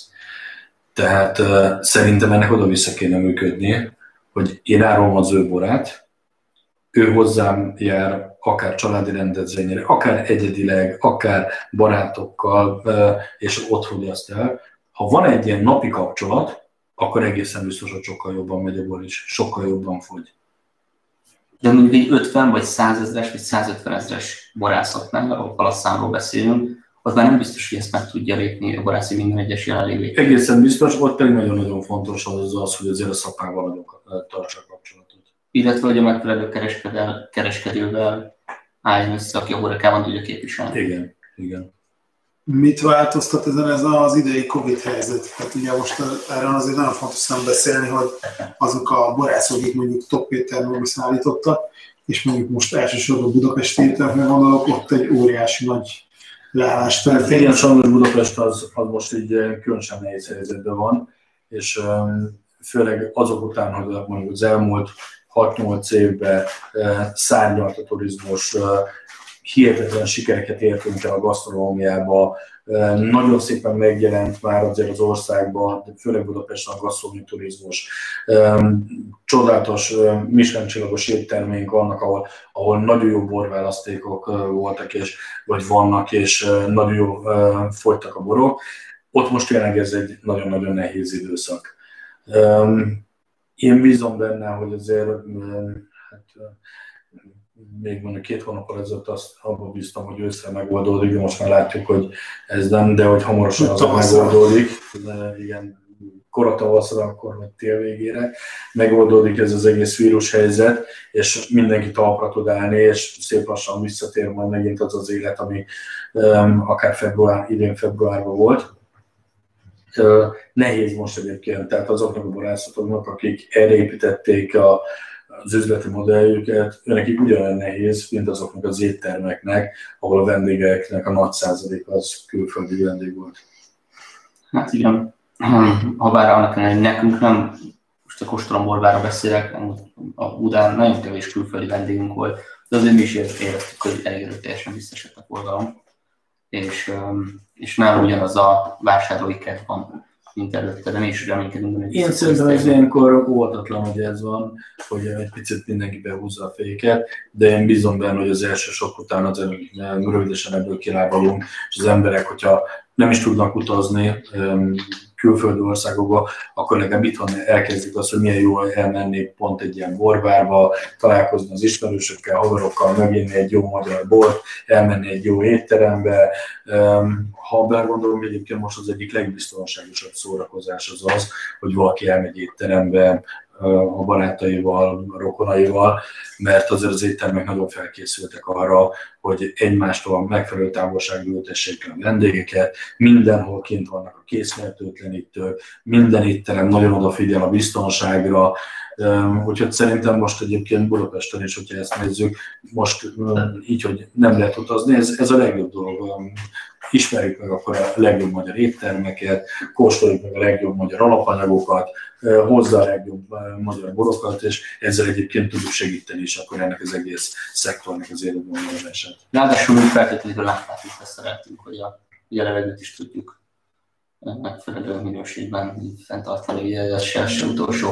Tehát szerintem ennek oda-vissza kéne működni, hogy én árulom az ő borát, ő hozzám jár akár családi rendezvényre, akár egyedileg, akár barátokkal, és ott fogyaszt el. Ha van egy ilyen napi kapcsolat, akkor egészen biztos, hogy sokkal jobban megy a bor is, sokkal jobban fogy. De mondjuk egy 50 vagy 100 ezres vagy 150 ezres borászatnál, ahol palaszszámról beszélünk, az már nem biztos, hogy ezt meg tudja lépni a borászi minden egyes jelenlévő. Egészen biztos, ott pedig nagyon-nagyon fontos az, hogy azért a szakmával nagyon tartsa a kapcsolatot. Illetve, hogy a megfelelő kereskedővel álljon össze, aki a borakában tudja képviselni. Igen, igen. Mit változtat ezen ez az idei Covid helyzet? Tehát ugye most erről azért nagyon fontos nem beszélni, hogy azok a borászok, akik mondjuk top éttermekbe szállítottak, és mondjuk most elsősorban Budapesti éttermekre gondolok, ott egy óriási nagy leállás történt. Igen, sajnos Budapest az most így különösen nehéz helyzetben van, és főleg azok után, hogy mondjuk az elmúlt 6-8 évben szárnyalt a turizmus, hihetetlen sikereket értünk el a gasztronómiába, nagyon szépen megjelent már azért az országban, főleg Budapesten a gasztronómiai turizmus. Csodálatos Michelin-csillagos éttermeink vannak, ahol nagyon jó borválasztékok voltak, vagy vannak, és nagyon jó fogytak a borok. Ott most tényleg ez egy nagyon-nagyon nehéz időszak. Én bízom benne, hogy azért még mondjuk 2 hónappal ezelőtt azt abban bíztam, hogy őszre megoldódik, de most már látjuk, hogy ez nem, de hogy hamarosan az megoldódik. De igen, kora tavaszra, akkor vagy tél végére megoldódik ez az egész vírushelyzet, és mindenki talpra tud állni, és szép lassan visszatér majd megint az az élet, ami akár idén februárban volt. Nehéz most egyébként, tehát azoknak a borászatoknak, akik erre építették az üzleti modelljüket, nekik ugyanolyan nehéz, mint azoknak az éttermeknek, ahol a vendégeknek a nagy százalék az külföldi vendég volt. Hát igen, habár annak hogy nekünk nem, most a Kostromborvára beszélek, a Budán nagyon kevés külföldi vendégünk volt, de azért mi is éreztük, hogy elég erőteljesen visszaesett a forgalom, és nálunk ugyanaz a vásárlói kert van, mint előtte, de mi is reménykedünk. Én szerintem ez ilyenkor óvatatlan, hogy ez van, hogy egy picit mindenki behúzza a féket, de én bízom benne, hogy az első sok után azért rövidesen ebből kilábalunk, és az emberek, hogyha nem is tudnak utazni külföldi országokba, akkor legalább itthon elkezdik azt, hogy milyen jól elmenni pont egy ilyen borbárba, találkozni az ismerősökkel, haverokkal, meginni egy jó magyar bort, elmenni egy jó étterembe. Ha belegondolom, egyébként most az egyik legbiztonságosabb szórakozás az, hogy valaki elmegy étterembe a barátaival, a rokonaival, mert azért az éttermek nagyon felkészültek arra, hogy egymástól megfelelő távolságban ültessék a vendégeket, mindenhol kint vannak a készfertőtlenítők, minden étterem nagyon odafigyel a biztonságra, Úgyhogy szerintem most egyébként Budapesten is, hogyha ezt nézzük, most így, hogy nem lehet utazni, ez a legjobb dolog. Ismerjük meg akkor a legjobb magyar éttermeket, kóstoljuk meg a legjobb magyar alapanyagokat, hozzá a legjobb magyar borokat, és ezzel egyébként tudjuk segíteni is akkor ennek az egész szektornak az életvonalazását. Ráadásul mi feltétlenül láthatjuk, szeretünk, hogy a levegőt is tudjuk megfelelő minőségben fenntartani, ugye ez se utolsó.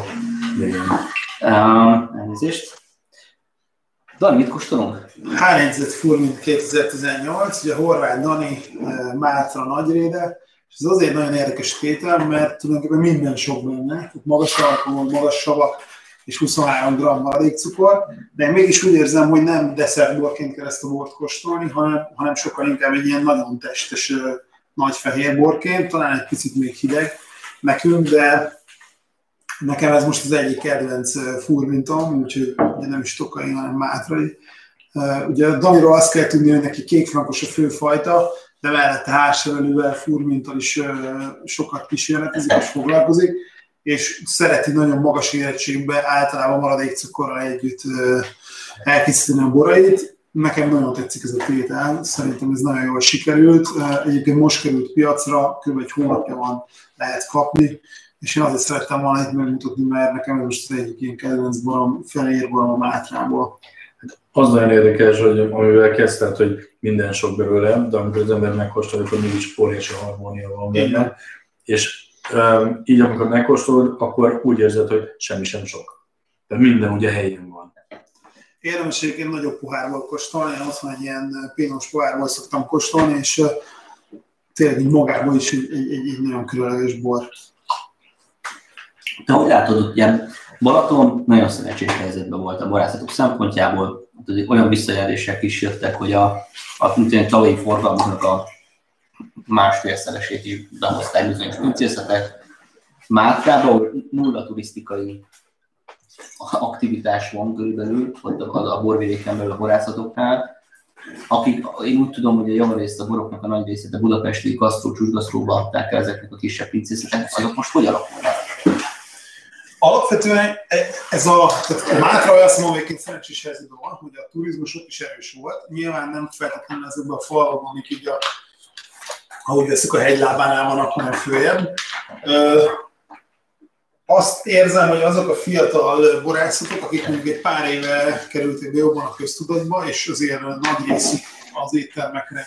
Elnézést. Dani, mit kóstolunk? Hárényzet Furmint 2018, ugye Horváth Dani, Mátra Nagyréde, és ez azért nagyon érdekes tétel, mert tulajdonképpen minden sok benne, magas alkohol, magas savak és 23 g maradékcukor, de én mégis úgy érzem, hogy nem desszertborként kell ezt a bort kóstolni, hanem sokkal inkább egy ilyen nagyon testes nagy fehér borként, talán egy picit még hideg nekünk, de nekem ez most az egyik kedvenc furmintom, úgyhogy nem is tokai, hanem mátrai. Ugye a Daniról azt kell tudni, hogy neki kékfrankos a főfajta, de mellette házsevelővel, furminttal is sokat kísérletezik és foglalkozik, és szereti nagyon magas érettségben általában maradékcukorral együtt elkészíteni a borait. Nekem nagyon tetszik ez a tétel, szerintem ez nagyon jól sikerült. Egyébként most került piacra, kb. Egy hónapja van, lehet kapni, és én azért szerettem volna itt megmutatni, mert nekem ez most az egyik ilyen kedvenc borom, fehér borom a Mátrából. Az nagyon érdekes, hogy amivel kezdted, hogy minden sok belőle, de amikor az ember megkóstolja, akkor mégis óriási harmónia van benne. És így amikor megkóstolod, akkor úgy érzed, hogy semmi sem sok. Tehát minden ugye helyén van. Érdemes egyébként nagyobb pohárból kóstolni, én otthon egy ilyen pinos pohárból szoktam kóstolni, és tényleg így magában is egy nagyon különleges bor. Te hogy látod, ugye Balaton nagyon szerencsés helyzetben volt a borászatok szempontjából, olyan visszajelzések is jöttek, hogy a tavalyi forgalmunknak a másfélszeresét is behozták bizonyos pincészetek. Mátrában nulla turisztikai aktivitás van körülbelül, ott a borvidéken belül a borászatoknál, akik, én úgy tudom, hogy a javarészt a boroknak a nagy részét a budapesti gasztró, csúcsgasztróba adták el ezeknek a kisebb pincészetek, azok most hogy alakulnak? Alapvetően ez a Mátra olyan szemovéként szerencsés helyzetben van, hogy a turizmus ott is erős volt. Nyilván nem feltétlenül ezekben a falvakban, amik így ahogy veszük a hegylábánál vannak, hanem följebb. Azt érzem, hogy azok a fiatal borászatok, akik mondjuk egy pár éve kerültek be jobban a köztudatba, és azért nagy részük az éttermekre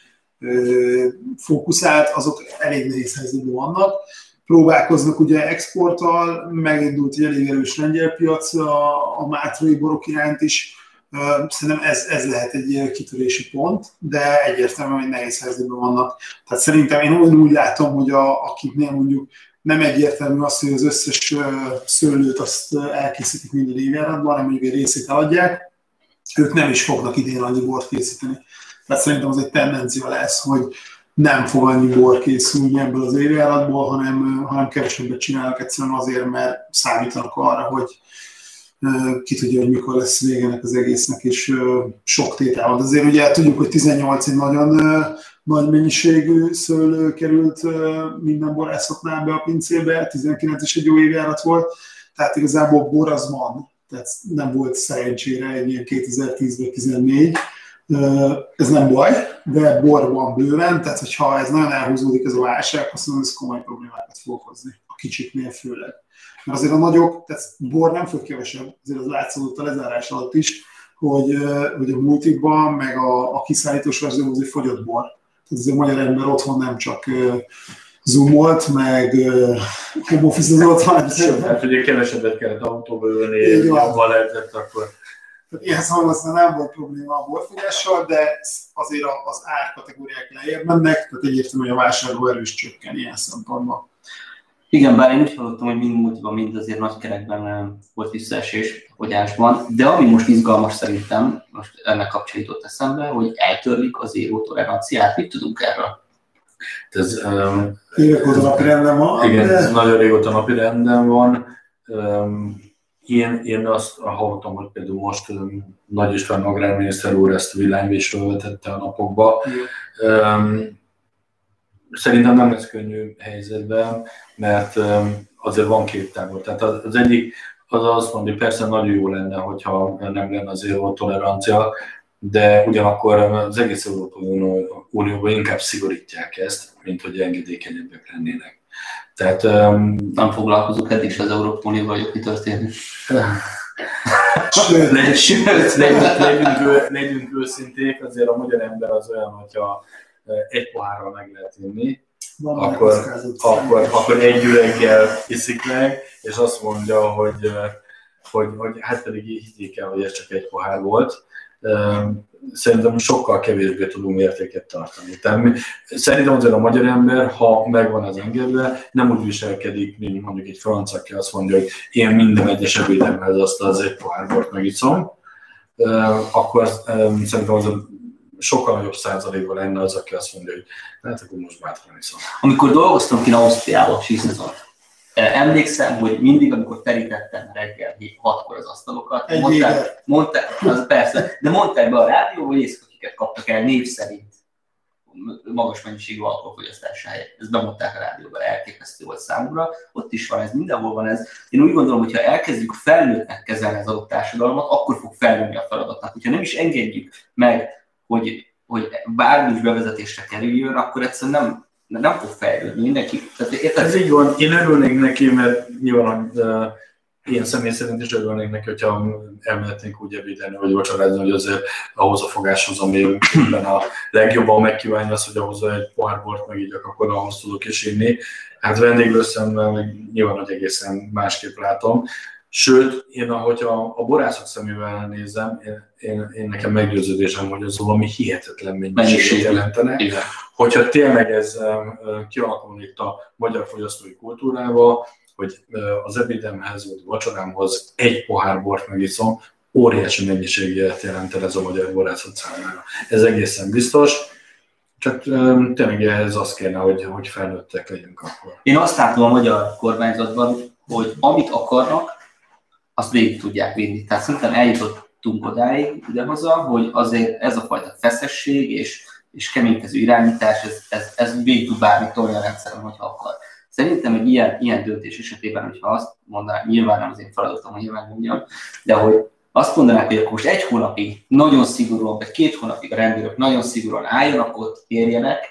fókuszált, azok elég nehéz helyzetben vannak. Próbálkoznak ugye exporttal, megindult egy elég erős lengyel piac a mátrai borok iránt is. Szerintem ez lehet egy kitörési pont, de egyértelműen, hogy nehéz helyzetben vannak. Tehát szerintem én úgy látom, hogy akiknél mondjuk nem egyértelmű az, hogy az összes szőlőt azt elkészítik minden évjáratban, hanem mondjuk egy részét eladják, ők nem is fognak idén annyi bort készíteni. Tehát szerintem az egy tendencia lesz, hogy nem fog annyi bor készülni ebből az évjáratból, hanem kevesebbet csinálnak egyszerűen azért, mert számítanak arra, hogy ki tudja, hogy mikor lesz végenek az egésznek, és sok tétel van. Azért ugye tudjuk, hogy 18 egy nagyon nagy mennyiségű szőlő került minden borászatnál be a pincébe, 19 is egy jó évjárat volt, tehát igazából bor az van, tehát nem volt szerencsére egy ilyen 2010-ben 14. Ez nem baj, de bor van bőven, tehát hogyha ez nagyon elhúzódik ez a válság, azt mondom, ez komoly problémákat fog hozni, a kicsiknél főleg. Mert azért a nagyok, tehát bor nem fog kevesebb, azért az látszódott a lezárás alatt is, hogy a multikban, meg a kiszállítós verzióban azért fogyott bor. Tehát azért a magyar ember otthon nem csak zoomolt, meg home office-ozott, hanem... Hát ugye kevesebbet kellett autóba ülni, jobban lehetett akkor... Tehát ilyen szóval nem volt probléma a borfogyással, de azért az árkategóriák lejjebb mennek, tehát egyértelmű, hogy a vásárló erős csökken ilyen szempontból. Igen, bár én úgy hallottam, hogy mind múltban, mind azért nagy kerekben volt visszaesés a fogyásban, de ami most izgalmas szerintem, most ennek kapcsán jutott eszembe, hogy eltörlik az zéró toleranciát. Mit tudunk erről? Ez, évek óta napirenden van. Igen, de... nagyon régóta napirenden van. Én azt hallottam, hogy például most Nagy István agrárminiszter úr ezt villányvésről vetette a napokba. Szerintem nem lesz könnyű helyzetben, mert azért van két tábor. Tehát az egyik az azt mondja, hogy persze nagyon jó lenne, hogyha nem lenne az tolerancia, de ugyanakkor az egész Európai Unióban inkább szigorítják ezt, mint hogy engedékenyebbek lennének. Tehát nem foglalkozunk eddig is az Európai Unióval, hogy mi történik. Legyünk őszinték, azért a magyar ember az olyan, hogyha egy pohárral meg lehet inni, akkor egy üreggel iszik meg, és azt mondja, hogy hát pedig higgyék el, hogy ez csak egy pohár volt. Szerintem sokkal kevésbé tudunk értéket tartani. Tehát szerintem azért a magyar ember, ha megvan az engedve, nem úgy viselkedik, mint mondjuk egy francia, aki azt mondja, hogy én minden egyes ebédemhez azt az egy pohár bort megiszom, akkor szerintem az sokkal nagyobb százalékban lenne az, aki azt mondja, hogy hát akkor most bátran iszom. Amikor dolgoztam ki Ausztriában síszezont, emlékszem, hogy mindig, amikor terítettem reggel 6-kor az asztalokat, mondták be a rádió, hogy észkakiket kaptak el név szerint magas mennyiségű alkoholfogyasztás helyett. Ezt bemondták a rádióban, elképesztő volt számomra. Ott is van ez, mindenhol van ez. Én úgy gondolom, hogy ha elkezdjük felnőttnek kezelni az adott társadalmat, akkor fog felnőni a feladatnak. Hogyha nem is engedjük meg, hogy bármi is bevezetésre kerüljön, akkor egyszerűen nem fog fejlődni mindenki. Ez így van, én örülnék neki, mert nyilván én személy szerint is örülnék neki, hogyha elmehetnénk úgy ebédelni, vagy vacsorázni, hogy azért ahhoz a fogáshoz, amiben a legjobban megkívánja az, hogy ahhoz egy pohár bort megígyak, akkor ahhoz tudok is inni. Hát vendéglőszemmel meg nyilván, hogy egészen másképp látom. Sőt, én ahogyha a borászok szemével nézem, én nekem meggyőződésem, hogy az valami hihetetlen mennyiséget jelentene. Hogyha tényleg ez kialakul itt a magyar fogyasztói kultúrába, hogy az ebédemhez vagy vacsorámhoz egy pohár bort megiszom, óriási mennyiséget jelent el ez a magyar borászat számára. Ez egészen biztos, csak tényleg ehhez az kéne, hogy felnőttek legyünk akkor. Én azt látom a magyar kormányzatban, hogy amit akarnak, azt végig tudják vinni. Tehát szerintem eljutottunk odáig idehaza, hogy azért ez a fajta feszesség és keménykező irányítás, ez végig tud bármit tolni a rendszeren, hogyha akar. Szerintem egy ilyen döntés esetében, hogyha azt mondanák, nyilván nem az én feladatom, hogy nyilván mondjam, de hogy azt mondanák, hogy akkor most egy hónapig nagyon szigorúan, vagy 2 hónapig a rendőrök nagyon szigorúan álljanak ott, érjenek,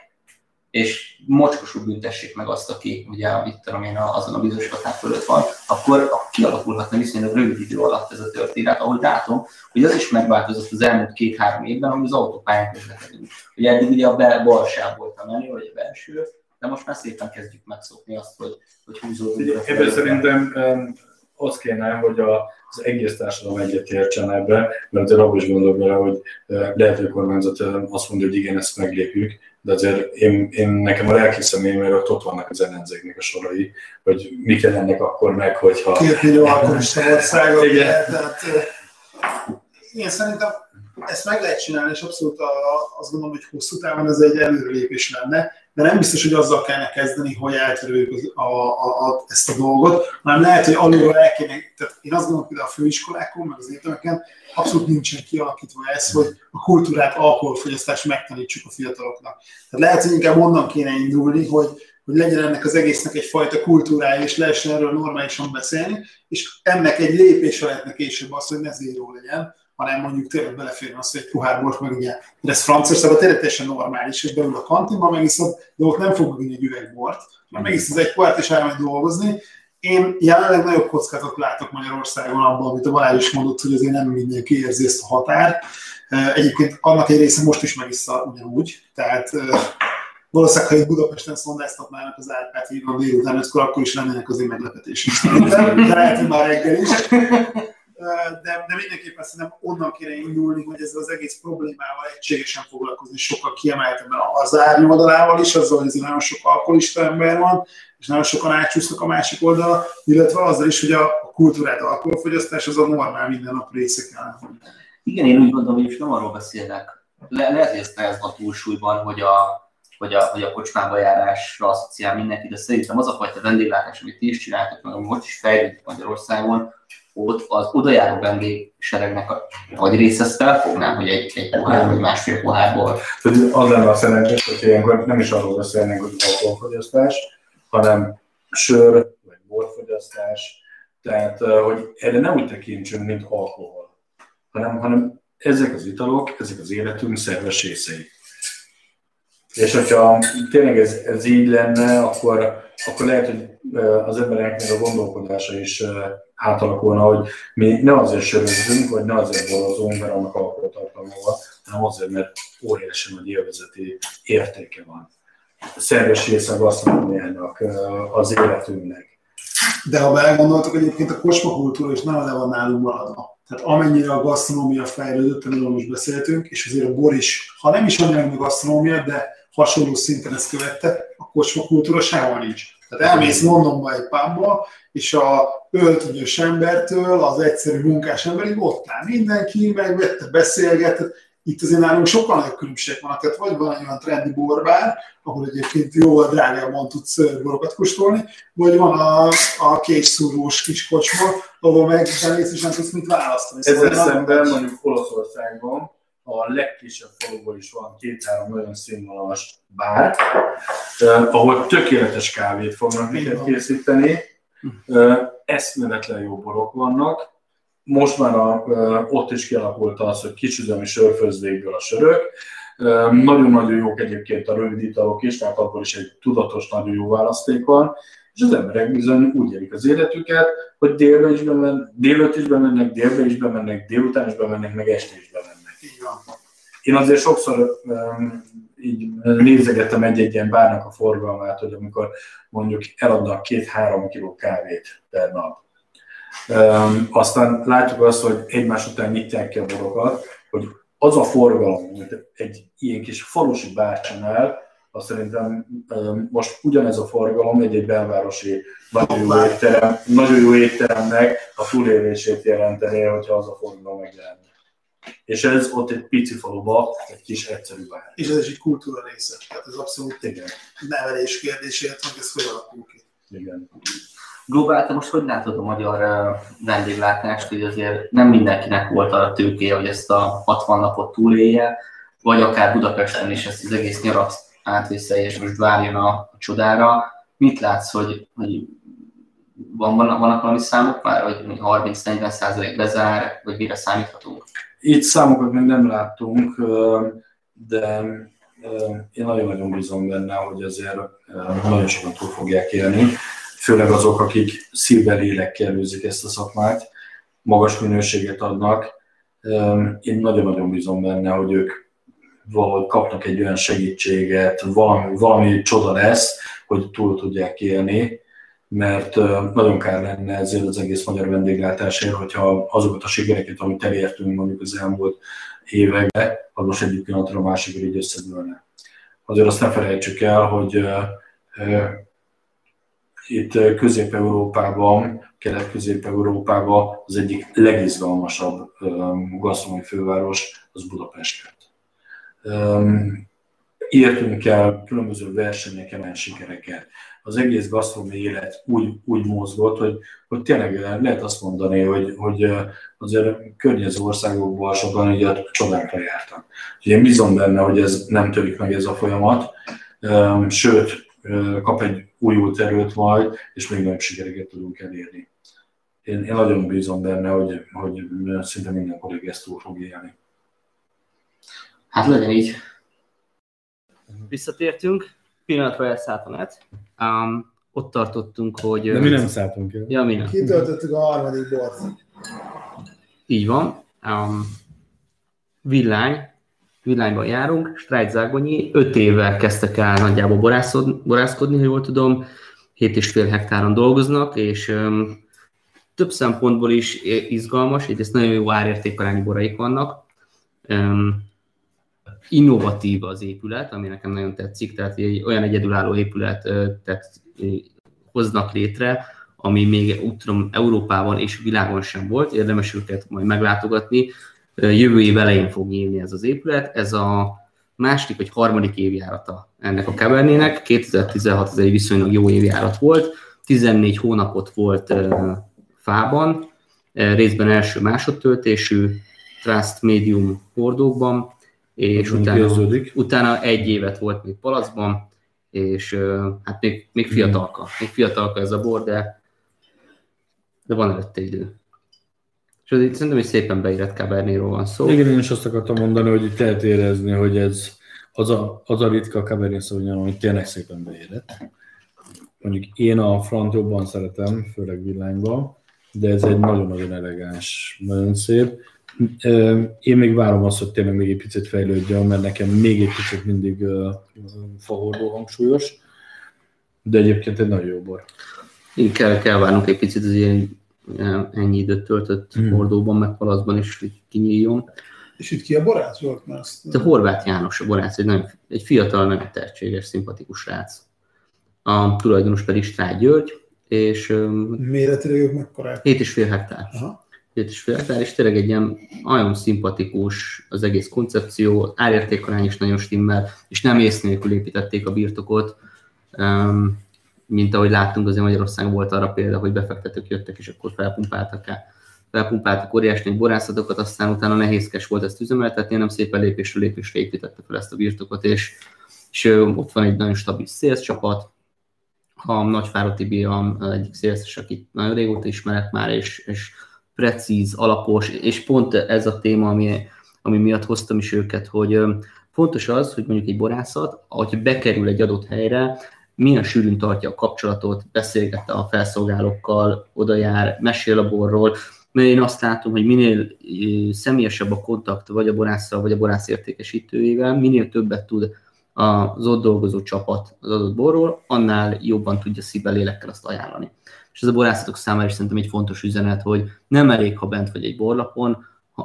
és mocskosul büntessék meg azt, aki ugye, amit tudom én, azon a bizonyos határ fölött van, akkor kialakulhatna viszonylag rövid idő alatt ez a történet, ahogy látom, hogy az is megváltozott az elmúlt 2-3 évben, hogy az autópályán közlekedünk. Ugye eddig ugye a bal sáv volt a menő, vagy a belső, de most már szépen kezdjük megszokni azt, hogy húzódunk. Ebben szerintem az kéne, hogy az egész társadalom egyetértsen ebbe, mert azért abban is gondolok bele, hogy lehet, hogy a kormányzat azt mondja, hogy igen, ezt meglépjük, de azért nekem a lelki személyemről ott vannak az ellenzéknek a sorai, hogy mi kell ennek akkor meg, hogyha... 2 millió alkoholista országot. Tehát én szerintem ezt meg lehet csinálni, és abszolút azt gondolom, hogy hosszú távon ez egy előrelépés lenne, de nem biztos, hogy azzal kellene kezdeni, hogy eltöröljük ezt a dolgot, hanem lehet, hogy alulról el kéne, tehát én azt gondolom, hogy a főiskolákon, meg az egyetemeken abszolút nincsen kialakítva ez, hogy a kultúrát, alkoholfogyasztást megtanítsuk a fiataloknak. Tehát lehet, hogy inkább onnan kéne indulni, hogy legyen ennek az egésznek egyfajta kultúrája, és lehessen erről normálisan beszélni, és ennek egy lépésre lehetne később az, hogy ne zéró legyen, hanem mondjuk tényleg beleférne az, hogy egy pohár bort meg ugye. De ez Franciaországban tényleg teljesen normális, hogy beül a kantinba, megiszod, de ott nem fog vinni egy üveg bort, mert megiszod egy pohát és elmegy dolgozni. Én jelenleg nagyobb kockázatot látok Magyarországon abban, amit a Balázs is mondott, hogy azért nem mindenki érzi ezt a határt. Egyébként annak egy része most is megissza ugyanúgy, tehát valószínűleg, ha itt Budapesten szondáztatnának az Árpát híron délután 5-kor, akkor is lennének azért meglepetések. De lehet, hogy már reggel is. De mindenképpen szerintem onnan kéne indulni, hogy ezzel az egész problémával egységesen foglalkozni, sokkal kiemeltebben az árnyoldalával is, azzal, hogy nagyon sok alkoholista ember van, és nagyon sokan átcsúsznak a másik oldalra, illetve azzal is, hogy a kultúrát, alkoholfogyasztás az a normál mindennapi része kell. Igen, én úgy gondolom, hogy most nem arról beszélnek. Lehet, hogy ez a túlsúlyban, hogy a kocsmába járásra asszociál mindenki, de szerintem az a fajta vendéglátás, amit ti is csináltok, meg ami most is fejlődik Magyarországon, ott az odajáró vendégseregnek a nagy része ezt felfogná, hogy egy pohár vagy másfél pohárból. Az lenne a szerencsés, hogy ilyenkor nem is arról beszélnénk, hogy alkoholfogyasztás, hanem sör vagy borfogyasztás, Tehát, hogy erre nem úgy tekintsünk, mint alkohol, hanem ezek az italok, ezek az életünk szerves részei. És hogyha tényleg ez így lenne, akkor lehet, hogy az embereknek a gondolkodása is átalakulna, hogy mi ne azért sörözzünk, vagy ne azért borozunk, mert annak alkoholtartalma van, hanem azért, mert óriási nagy élvezeti értéke van. Szerves része a gasztronómiának, az életünknek. De ha belegondoltok, egyébként a kocsmakultúra is nagyon le van nálunk maradva. Tehát amennyire a gasztronómia fejlődött, amiről most beszéltünk, és azért a bor is, ha nem is annyira, mint a gasztronómia, de hasonló szinten ezt követte, a kocsmakultúra sehol nincs. Tehát elmész Londonba egy pubba, és a öltönyös embertől az egyszerű munkás emberig ott áll mindenki, megvette, beszélgetett. Itt azért nálunk sokkal nagyobb különbségek vannak, tehát vagy van egy olyan trendi borbár, ahol egyébként jóval drágában tudsz borokat kóstolni, vagy van a kékszúrós kis kocsma, ahol meg bemész és nem tudsz mit választani. Ezzel szemben mondjuk Olaszországban a legkisebb faluban is van 2-3 nagyon színvonalas bár, ahol tökéletes kávét fognak neked készíteni, eszméletlen jó borok vannak. Most már ott is kialakult az, hogy kisüzemi sörfőzdékből a sörök. Nagyon-nagyon jók egyébként a rövid italok is, tehát abból is egy tudatos, nagyon jó választék van. És az emberek bizony úgy élik az életüket, hogy délután is bemennek, délbe is bemennek, délután is bemennek, meg este is bemennek. Én azért sokszor így nézegettem egy-egy ilyen bárnak a forgalmát, hogy amikor mondjuk eladnak 2-3 kiló kávét per nap. Aztán látjuk azt, hogy egymás után nyitják ki a borokat, hogy az a forgalom, amit egy ilyen kis falusi bár csinál, azt szerintem most ugyanez a forgalom egy belvárosi nagyon jó étteremnek a túlélését jelentené, hogyha az a forgalom megjelenne. És ez ott egy pici faluba, egy kis egyszerű bár. És ez is egy kultúra része, tehát ez abszolút nevelés kérdésért, meg ez hogy alakul ki. Igen. Globáltan most hogy látod a magyar vendéglátást, hogy azért nem mindenkinek volt arra tőkéje, hogy ezt a 60 napot túlélje, vagy akár Budapesten is ezt az egész nyarat átvészelje, és most várjon a csodára. Mit látsz, hogy vannak valami számok már, hogy 30-40% bezár, vagy mire számíthatunk? Itt számokat még nem láttunk, de én nagyon-nagyon bízom benne, hogy azért nagyon sokan túl fogják élni. Főleg azok, akik szívvel, lélekkel űzik ezt a szakmát, magas minőséget adnak. Én nagyon-nagyon bízom benne, hogy ők valahogy kapnak egy olyan segítséget, valami csoda lesz, hogy túl tudják élni, mert nagyon kár lenne ezért az egész magyar vendéglátásért, hogyha azokat a sikereket, amit elértünk mondjuk az elmúlt években, az most egyik pillanatra a másikra így összedőlne. Azért azt ne felejtsük el, hogy itt Közép-Európában, Kelet-Közép-Európában az egyik legizgalmasabb gasztronómiai főváros az Budapest. Értünk el különböző versenyeken sikereket. Az egész gasztronómiai élet úgy mozgott, hogy tényleg lehet azt mondani, hogy azért környező országokban sokan így a csodákra jártak. Úgyhogy én bízom benne, hogy ez nem törik meg ez a folyamat, sőt, kap egy újult erőt majd, és még nagyobb sikereket tudunk elérni. Én nagyon bízom benne, hogy szinte minden kollég ezt túl fog élni. Hát legyen így. Visszatértünk, pillanatra elszállt a net. Ott tartottunk, hogy... De mi nem szálltunk el. Ja, mi nem. Kitöltöttük a harmadik bort. Így van. Villányban járunk, Strájc-Zágonyi, 5 évvel kezdtek el nagyjából borászkodni, ha jól tudom, 7,5 hektáron dolgoznak, és több szempontból is izgalmas, egyrészt nagyon jó árértékarányú boraik vannak, innovatív az épület, ami nekem nagyon tetszik, tehát egy olyan egyedülálló épületet hoznak létre, ami még úgy tudom Európában és világon sem volt, érdemes őket majd meglátogatni. Jövő év elején fog nyílni ez az épület, ez a második vagy harmadik évjárata ennek a Cabernének, 2016 az egy viszonylag jó évjárat volt, 14 hónapot volt fában, részben első-másodtöltésű, Trust Medium hordókban, és utána 1 évet volt még palacban, és hát még fiatalka ez a bor, de de van előtte idő. És azért szerintem, hogy szépen beírett Cabernétról van szó. Igen, én is azt akartam mondani, hogy itt lehet érezni, hogy ez az a ritka Cabernet Sauvignon, amit tényleg szépen beérett. Mondjuk én a Frant jobban szeretem, főleg villányban, de ez egy nagyon-nagyon elegáns, nagyon szép. Én még várom azt, hogy tényleg még egy picit fejlődjön, mert nekem még egy picit mindig fahordó hangsúlyos, de egyébként egy nagyon jó bor. Így kell várnunk egy picit az ilyen ennyi időt töltött hordóban, meg palaszban is, hogy kinyíljon. És itt ki a borász volt? De Horváth János a borász, egy fiatal, nagyon tehetséges, szimpatikus srác. A tulajdonos pedig Stráth György, és méretileg ők mekkorák? 7,5 hektár. Aha. 7,5 hektár, és tényleg egy ilyen nagyon szimpatikus az egész koncepció, árértékarány is nagyon stimmel, és nem ész nélkül építették a birtokot, mint ahogy láttunk, azért Magyarországon volt arra példa, hogy befektetők jöttek, és akkor felpumpáltak óriási nagy borászatokat, aztán utána nehézkes volt ezt üzemeltetni, hanem szépen lépésről lépésre építette fel ezt a birtokot, és ott van egy nagyon stabil szélszcsapat, a Nagyfáró Tibi egyik szélszes, akit nagyon régóta ismerek már, és precíz, alapos, és pont ez a téma, ami miatt hoztam is őket, hogy fontos az, hogy mondjuk egy borászat, ahogy bekerül egy adott helyre, milyen sűrűn tartja a kapcsolatot, beszélget a felszolgálókkal, oda jár, mesél a borról, mert én azt látom, hogy minél személyesebb a kontakt vagy a borásszal, vagy a borász értékesítőjével, minél többet tud az ott dolgozó csapat az adott borról, annál jobban tudja szívvel, lélekkel azt ajánlani. És ez a borászatok számára is szerintem egy fontos üzenet, hogy nem elég, ha bent vagy egy borlapon,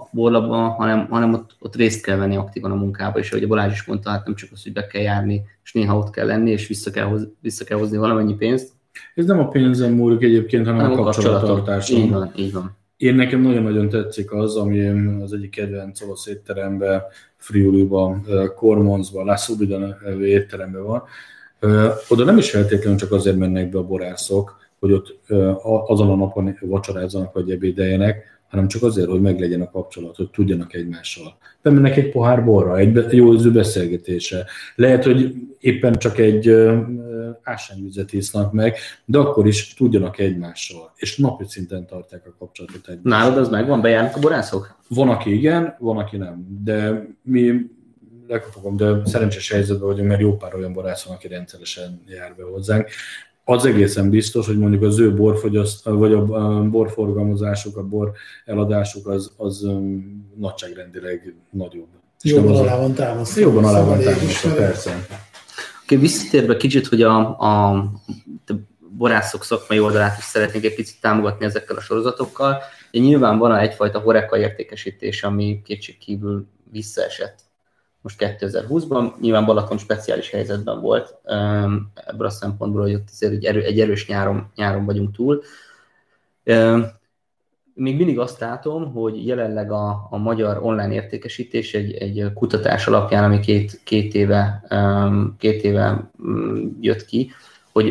hanem ott részt kell venni aktívan a munkába, és ahogy a Balázs is mondta, hát nem csak az, hogy be kell járni, és néha ott kell lenni, és vissza kell hozni valamennyi pénzt. Ez nem a pénzen múlik egyébként, hanem a kapcsolattartáson. Így van. Én nekem nagyon-nagyon tetszik az, ami az egyik kedvenc olasz étteremben, Friuliban, Cormonzban, La Subida étteremben van. Oda nem is feltétlenül csak azért mennek be a borászok, hogy ott azon a napon vacsorázzanak vagy ebédeljenek, hanem csak azért, hogy meglegyen a kapcsolat, hogy tudjanak egymással. Bemennek egy pohár borra, egy jó ízű beszélgetése. Lehet, hogy éppen csak egy ásványvizet isznak meg, de akkor is tudjanak egymással, és napi szinten tartják a kapcsolatot egymással. Nálad az megvan? Bejárnak a borászok? Van, aki igen, van, aki nem. De mi legfogom, de szerencsés helyzetben vagyunk, mert jó pár olyan borász van, aki rendszeresen jár be hozzánk. Az egészen biztos, hogy mondjuk az ő vagy a borforgalmazásuk, a bor eladásuk az nagyságrendileg nagyobb. Jobban alá van támasztva. Jobban alá van támasztva, persze. Okay, visszatérve kicsit, hogy a borászok szakmai oldalát is szeretnénk egy picit támogatni ezekkel a sorozatokkal. De nyilván van egyfajta HoReCa értékesítés, ami kétségkívül visszaesett most 2020-ban. Nyilván Balaton speciális helyzetben volt ebből a szempontból, hogy ott azért egy erős nyáron vagyunk túl. Még mindig azt látom, hogy jelenleg a magyar online értékesítés egy kutatás alapján, ami két éve jött ki, hogy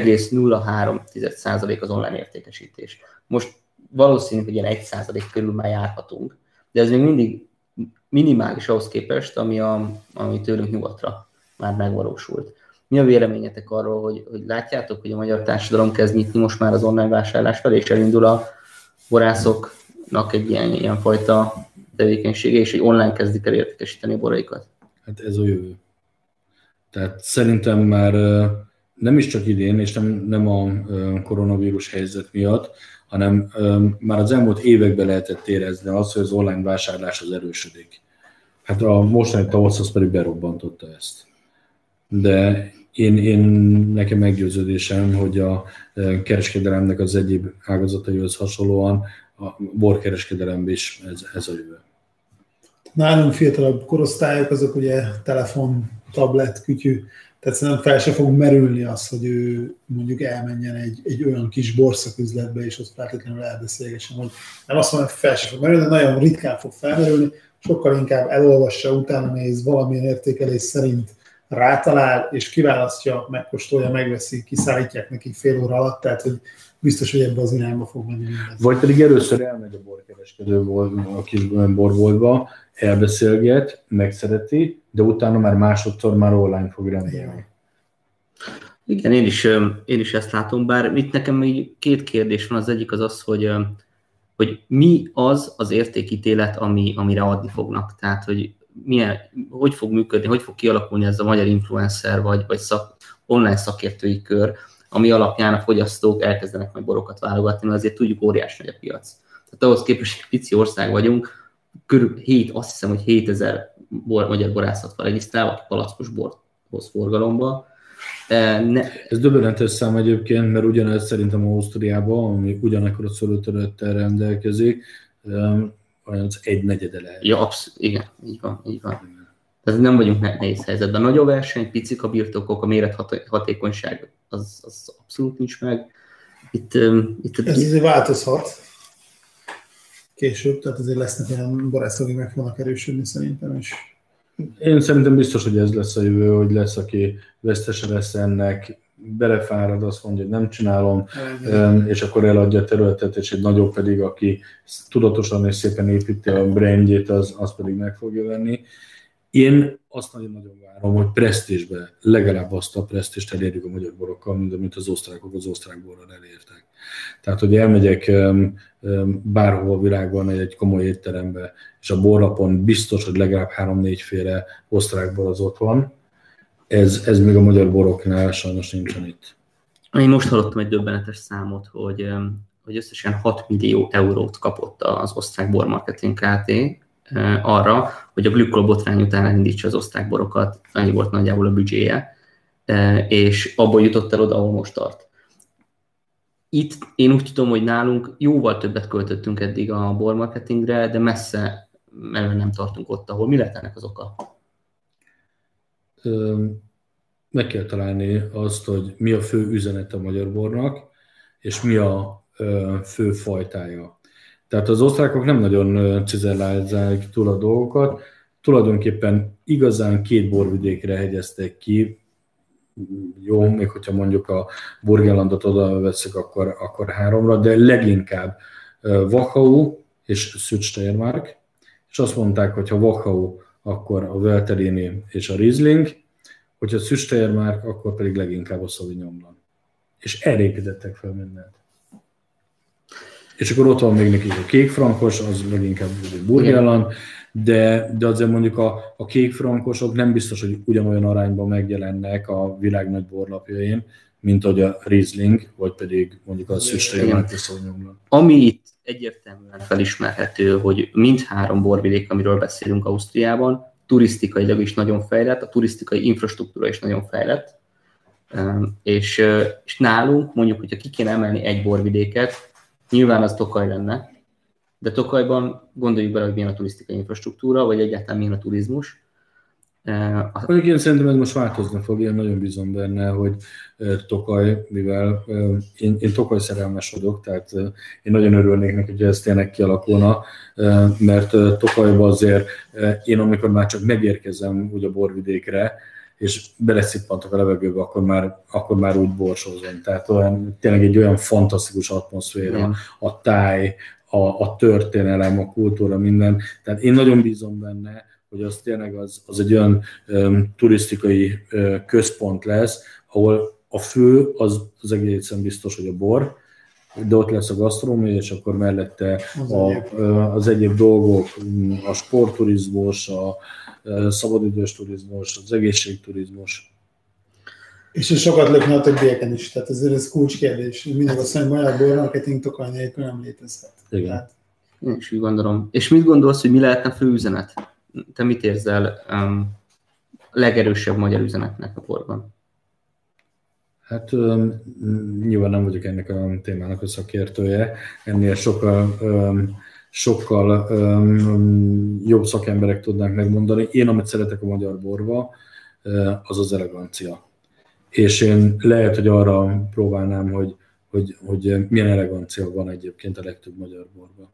0,03% az online értékesítés. Most valószínű, hogy ilyen 1% körül már járhatunk, de ez még mindig minimális ahhoz képest, ami tőlünk nyugatra már megvalósult. Mi a véleményetek arról, hogy látjátok, hogy a magyar társadalom kezd nyitni most már az online vásárlás felé, és elindul a borászoknak egy ilyen fajta tevékenysége, és hogy online kezdik el értékesíteni a boraikat? Hát ez a jövő. Tehát szerintem már nem is csak idén, és nem a koronavírus helyzet miatt, hanem már az elmúlt években lehetett érezni azt, hogy az online vásárlás az erősödik. Hát a mostani tavasz az pedig berobbantotta ezt. De nekem meggyőződésem, hogy a kereskedelemnek az egyéb ágazataihoz hasonlóan a borkereskedelemben is ez a jövő. Nálunk fiatalabb korosztályok, azok ugye telefon, tablet, kütyű, tehát szerintem fel se fog merülni az, hogy ő mondjuk elmenjen egy olyan kis borszaküzletbe, és ott feltétlenül elbeszélgessen, hogy nem azt mondom, hogy fel se fog merülni, de nagyon ritkán fog felmerülni, sokkal inkább elolvassa, utána néz, valamilyen értékelés szerint rátalál, és kiválasztja, megkóstolja, megveszi, kiszállítják neki fél óra alatt, tehát hogy biztos, hogy ebbe az irányba fog menni mindez. Vagy pedig először elmegy a borkereskedő a kis borboltba, elbeszélget, megszereti, de utána már másodszor már online fog rendelni. Igen, én is ezt látom, bár itt nekem még két kérdés van. Az egyik az, hogy mi az értékítélet, amire adni fognak. Tehát, hogy fog működni, hogy fog kialakulni ez a magyar influencer, vagy online szakértői kör, ami alapján a fogyasztók elkezdenek majd borokat válogatni, mert azért tudjuk, óriási nagy a piac. Tehát ahhoz képest, hogy pici ország vagyunk, azt hiszem, hogy 7000 magyar borászat van regisztrálva, aki palackos bort hoz forgalomba. Ez döbbenetes szám egyébként, mert ugyanez szerintem Ausztriában, ami ugyanakkor a szőlőterülettel rendelkezik, olyan az 1/4 lehet. Ja, igen, így van. Tehát nem vagyunk nehéz helyzetben. Nagy a verseny, picik a birtokok, a mérethatékonyság az abszolút nincs meg. Ez azért változhat később, tehát azért lesznek olyan borászok, akik meg fognak erősödni szerintem is. Én szerintem biztos, hogy ez lesz a jövő, hogy lesz, aki vesztese lesz ennek, belefárad, azt mondja, hogy nem csinálom, és akkor eladja a területet, és egy nagyobb pedig, aki tudatosan és szépen építi a brandjét, az pedig meg fogja venni. Én azt nagyon-nagyon várom, hogy presztízsbe legalább azt a presztízst elérjük a magyar borokkal, mint amit az osztrákok az osztrák borral elértek. Tehát, hogy elmegyek bárhol a világban egy komoly étterembe, és a borlapon biztos, hogy legalább 3-4 féle osztrák bor az ott van. Ez még a magyar boroknál sajnos nincsen itt. Én most hallottam egy döbbenetes számot, hogy összesen 6 millió eurót kapott az osztrák bormarketing Kft. Arra, hogy a glükol botrány után elindítsa az osztrák borokat, annyi volt nagyjából a büdzséje, és abból jutott el oda, ahol most tart. Itt én úgy tudom, hogy nálunk jóval többet költöttünk eddig a bormarketingre, de messze nem tartunk ott, ahol. Mi lehet ennek az oka? Meg kell találni azt, hogy mi a fő üzenet a magyar bornak, és mi a fő fajtája. Tehát az osztrákok nem nagyon cizellálják túl a dolgokat, tulajdonképpen igazán 2 borvidékre hegyeztek ki, jó, még hogyha mondjuk a Burgenlandot oda veszek, akkor 3-ra, de leginkább Wachau és Südsteiermark, és azt mondták, hogy ha Wachau, akkor a Veltlini és a Riesling, hogyha Südsteiermark, akkor pedig leginkább a Sauvignon Blanc. És erre építettek fel mindent. És akkor ott van még nekik a kékfrankos, az leginkább Burgenland, de azért mondjuk a kékfrankosok nem biztos, hogy ugyanolyan arányban megjelennek a világ nagy borlapjain, mint ahogy a Riesling, vagy pedig mondjuk a Südsteiermark és Sauvignon Blanc. Ami itt egyértelműen felismerhető, hogy mindhárom borvidék, amiről beszélünk Ausztriában, turisztikailag is nagyon fejlett, a turisztikai infrastruktúra is nagyon fejlett, és nálunk mondjuk, hogyha ki kéne emelni egy borvidéket, nyilván az Tokaj lenne, de Tokajban gondoljuk bele, hogy milyen a turisztikai infrastruktúra, vagy egyáltalán milyen a turizmus. Én szerintem ez most változni fog, én nagyon bízom benne, hogy Tokaj, mivel én Tokaj szerelmes vagyok, tehát én nagyon örülnék neki, hogy ez tényleg kialakulna, mert Tokajban azért én amikor már csak megérkezem úgy a borvidékre, és beleszippantok a levegőbe, akkor már úgy borsózom. Tehát tényleg egy olyan fantasztikus atmoszféra, a táj, a történelem, a kultúra, minden. Tehát én nagyon bízom benne, hogy az tényleg az egy olyan turisztikai központ lesz, ahol a fő az egészen biztos, hogy a bor, de ott lesz a gasztronómia, és akkor mellette az egyéb dolgok, a sportturizmus, a szabadidős turizmus, az egészségturizmus. És sokat lökne a többieken is, tehát ez kulcskérdés. Mindig azt mondja, hogy magyar bormarketing Tokaj nélkül nem létezhet. Igen. Tehát... Én is úgy gondolom. És mit gondolsz, hogy mi lehetne fő üzenet? Te mit érzel legerősebb magyar üzenetnek a borban? Hát nyilván nem vagyok ennek a témának a szakértője, ennél sokkal jobb szakemberek tudnánk megmondani. Én, amit szeretek a magyar borba, az az elegancia. És én lehet, hogy arra próbálnám, hogy milyen elegancia van egyébként a legtöbb magyar borban.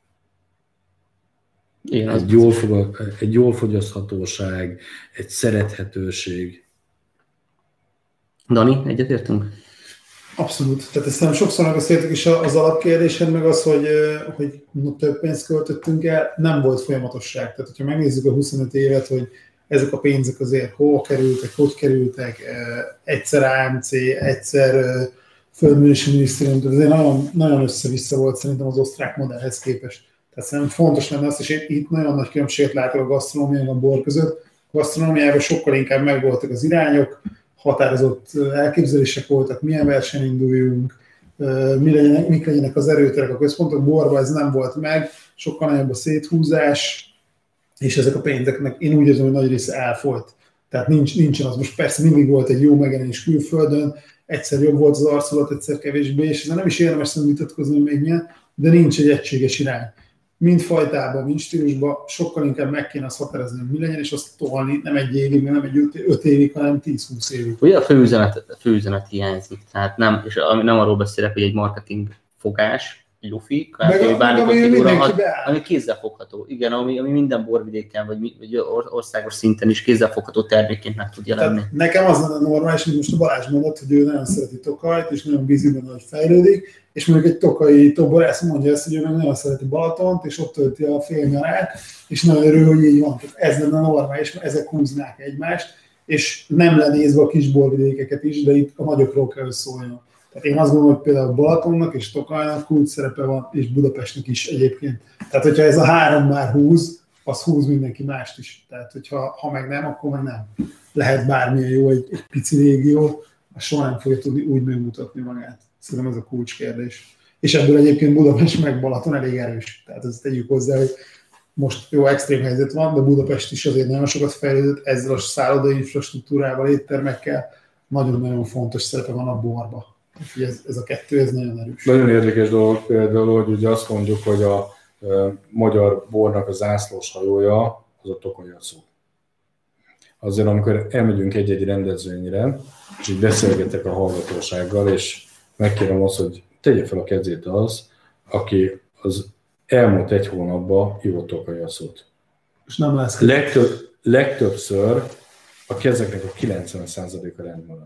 Egy jól fogyaszthatóság, egy szerethetőség. Dani, egyetértünk? Abszolút. Tehát ezt nem sokszor megbeszéltük, és az alapkérdésed meg az, hogy több pénzt költöttünk el, nem volt folyamatosság. Tehát, hogyha megnézzük a 25 évet, hogy ezek a pénzek azért hol kerültek, hogy kerültek, egyszer AMC, egyszer Földművelési Minisztérium, de azért nagyon, nagyon össze-vissza volt szerintem az osztrák modellhez képest. Tehát szerintem fontos lenne azt, és itt nagyon nagy különbséget látok a gasztronómia és a bor között. A gasztronómiában sokkal inkább megvoltak az irányok, határozott elképzelések voltak, milyen versenyen induljunk, mik legyenek az erőterek a központok. Borban ez nem volt meg, sokkal nagyobb a széthúzás, és ezek a pénzeknek én úgy érzem, hogy nagy része elfolyt. Tehát nincsen az, most persze mindig volt egy jó megjelenés külföldön, egyszer jobb volt az arculat, egyszer kevésbé, és ezzel nem is érdemes szerintem vitatkozni még milyen, de nincs egy egységes irány. Mind fajtában, mind stílusban sokkal inkább meg kéne azt határozni, hogy mi legyen, és azt tolni nem egy évig, nem egy 5 évig, hanem 10-20 évig. Ugye a főüzenet hiányzik, tehát nem, és nem arról beszélek, hogy egy marketing fogás, egy lufi, ami kézzelfogható. Igen, ami minden borvidéken, vagy országos szinten is kézzelfogható termékként meg tud jelenni. Tehát nekem az lenne normális, hogy most a Balázs mondott, hogy ő nagyon szereti Tokajt, és nagyon bízik benne, hogy fejlődik, és mondjuk egy tokai toborász mondja ezt, hogy ő meg nagyon szereti Balatont, és ott tölti a félnyarát, és nagyon örül, hogy így van. Tehát ez lenne normális, mert ezek húznák egymást, és nem lenézve a kis borvidékeket is, de itt a nagyokról kell szóljon. Tehát én azt gondolom, hogy például Balatonnak és Tokajnak kulcs szerepe van, és Budapestnek is egyébként. Tehát, hogyha ez a három már húz, az húz mindenki mást is. Tehát, hogyha meg nem, akkor meg nem. Lehet bármilyen jó egy pici régió, az soha nem fogja tudni úgy megmutatni magát. Szerintem ez a kulcskérdés. És ebből egyébként Budapest meg Balaton elég erős. Tehát ezt tegyük hozzá, hogy most jó extrém helyzet van, de Budapest is azért nagyon sokat fejlődött ezzel a szállodai infrastruktúrával, éttermekkel. Nagyon-nagyon fontos szerepe van a borba. Ez a kettő, ez nagyon erős. Nagyon érdekes dolog például, hogy ugye azt mondjuk, hogy a magyar bornak a zászlós hajója az a Tokaj-Asszó. Azért, amikor elmegyünk egy-egy rendezvényre, és így beszélgetek a hallgatósággal, és megkérem azt, hogy tegye fel a kezét az, aki az elmúlt egy hónapban ivott Tokaj-Asszót. És nem lesz. Legtöbbször a kezeknek a 90%-a rend marad.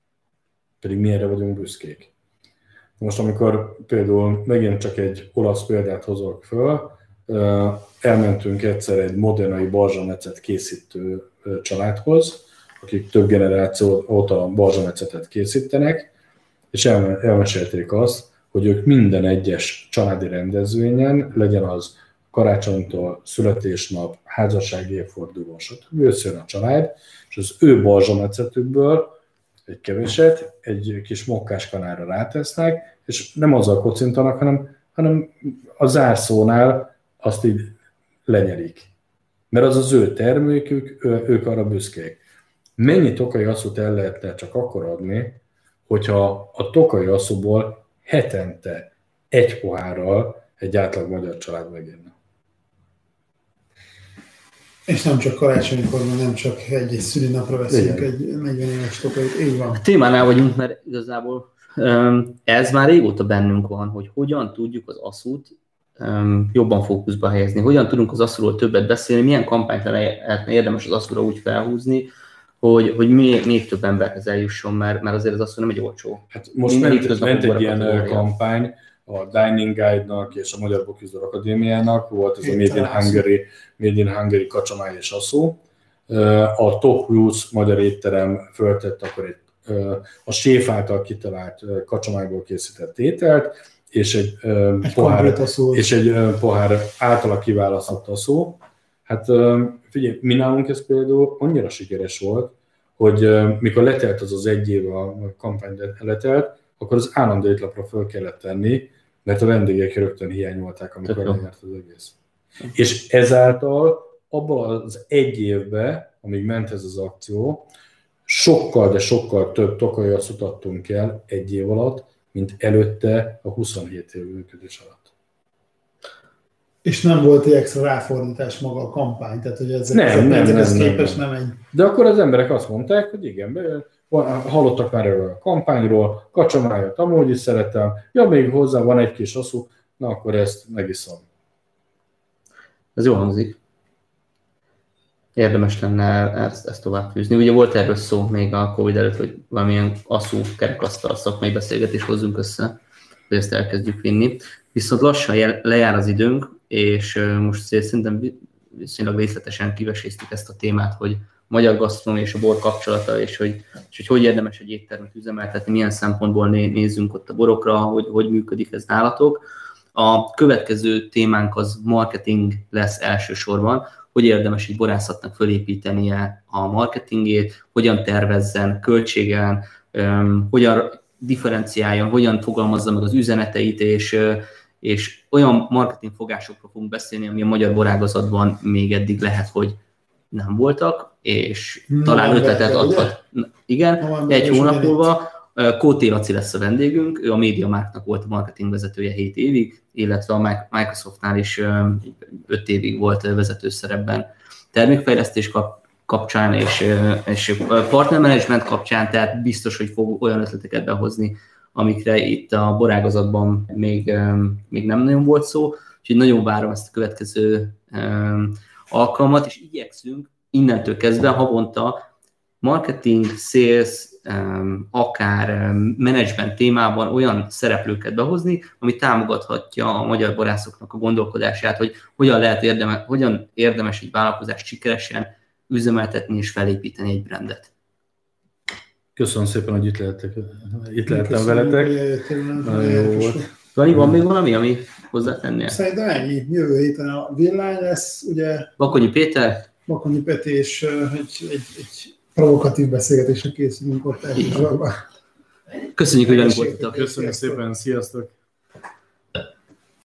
Pedig mi erre vagyunk büszkék. Most amikor például megint csak egy olasz példát hozok föl, elmentünk egyszer egy modernai balzsamecet készítő családhoz, akik több generáció óta balzsamecetet készítenek, és elmesélték azt, hogy ők minden egyes családi rendezvényen, legyen az karácsonytól, születésnap, házassági évforduló, stb. Összejön a család, és az ő balzsamecetükből egy keveset, egy kis mokkás kanára rátesznek, és nem azzal kocintanak, hanem a zárszónál azt így lenyelik. Mert az az ő termékük, ők arra büszkék. Mennyi Tokai-Asszót el lehetne csak akkor adni, hogyha a Tokai-Asszóból hetente egy pohárral egy átlag magyar család megérne. És nem csak karácsonykor, nem csak egy szülinapra veszünk egy 40 éves Tokait, így van. A témánál vagyunk, mert igazából ez már régóta bennünk van, hogy hogyan tudjuk az asszút jobban fókuszba helyezni, hogyan tudunk az asszúról többet beszélni, milyen kampányt lehetne érdemes az asszúra úgy felhúzni, hogy még több emberhez eljusson, mert azért az asszú nem egy olcsó. Hát most ment egy ilyen kampány, a Dining Guide-nak és a Magyar Boküzdő Akadémiának volt ez a Made in Hungary kacsamáj és asszó. A Top 20 magyar étterem föltett akkor a séf által kitalált kacsamájból készített ételt, és egy pohár általa kiválasztott asszó. Hát figyelj, mi nálunk ez például annyira sikeres volt, hogy mikor letelt az egy év a kampány letelt, akkor az állandó étlapra föl kellett tenni, mert a vendégek rögtön hiányolták, amikor lejárt az egész. És ezáltal abban az egy évben, amíg ment ez az akció, sokkal, de sokkal több Tokai-Asszót adtunk el egy év alatt, mint előtte a 27 év működés alatt. És nem volt egy extra ráfordítás maga a kampány, tehát hogy ezekhez képest nem egy... De akkor az emberek azt mondták, hogy igen, hallottak már erről a kampányról, kacsamájat amúgy is szeretem, ja, még hozzá van egy kis asszú, na akkor ezt megiszom. Ez jól hangzik. Érdemes lenne ezt tovább fűzni. Ugye volt erről szó még a Covid előtt, hogy valamilyen asszú kerekasztal szakmai beszélgetés hozzunk össze, hogy ezt elkezdjük vinni. Viszont lassan lejár az időnk, és most szerintem viszonylag részletesen kiveséztük ezt a témát, hogy magyar gasztronómia és a bor kapcsolata, és hogy érdemes egy éttermet üzemeltetni, milyen szempontból nézzünk ott a borokra, hogy működik ez nálatok. A következő témánk az marketing lesz elsősorban, hogy érdemes egy borászatnak fölépítenie a marketingét, hogyan tervezzen, költségen, hogyan differenciáljon, hogyan fogalmazza meg az üzeneteit, és olyan marketingfogásokról fogunk beszélni, ami a magyar borágazatban még eddig lehet, hogy nem voltak, és talán ötletet adhat. Igen, egy hónap múlva Kóté Laci lesz a vendégünk, ő a MediaMarktnak volt a marketing vezetője 7 évig, illetve a Microsoftnál is 5 évig volt vezető szerepben termékfejlesztés kapcsán és partnermanagement kapcsán, tehát biztos, hogy fog olyan ötleteket behozni, amikre itt a borágazatban még nem nagyon volt szó, úgyhogy nagyon várom ezt a következő alkalmat, és igyekszünk innentől kezdve havonta marketing, sales, akár menedzsment témában olyan szereplőket behozni, ami támogathatja a magyar borászoknak a gondolkodását, hogy hogyan érdemes egy vállalkozást sikeresen üzemeltetni és felépíteni egy brandet. Köszönöm szépen, hogy itt lehettem veletek. Nagyon jó volt. Dani, van még valami, ami hozzátennél? Szerintem ennyi. Jövő héten a Villány lesz, ugye. Bakonyi Péter. Bakonyi Peti, és egy provokatív beszélgetésre készülünk ott elsősorban. Köszönjük, hogy velünk voltatok. Köszönjük szépen, sziasztok!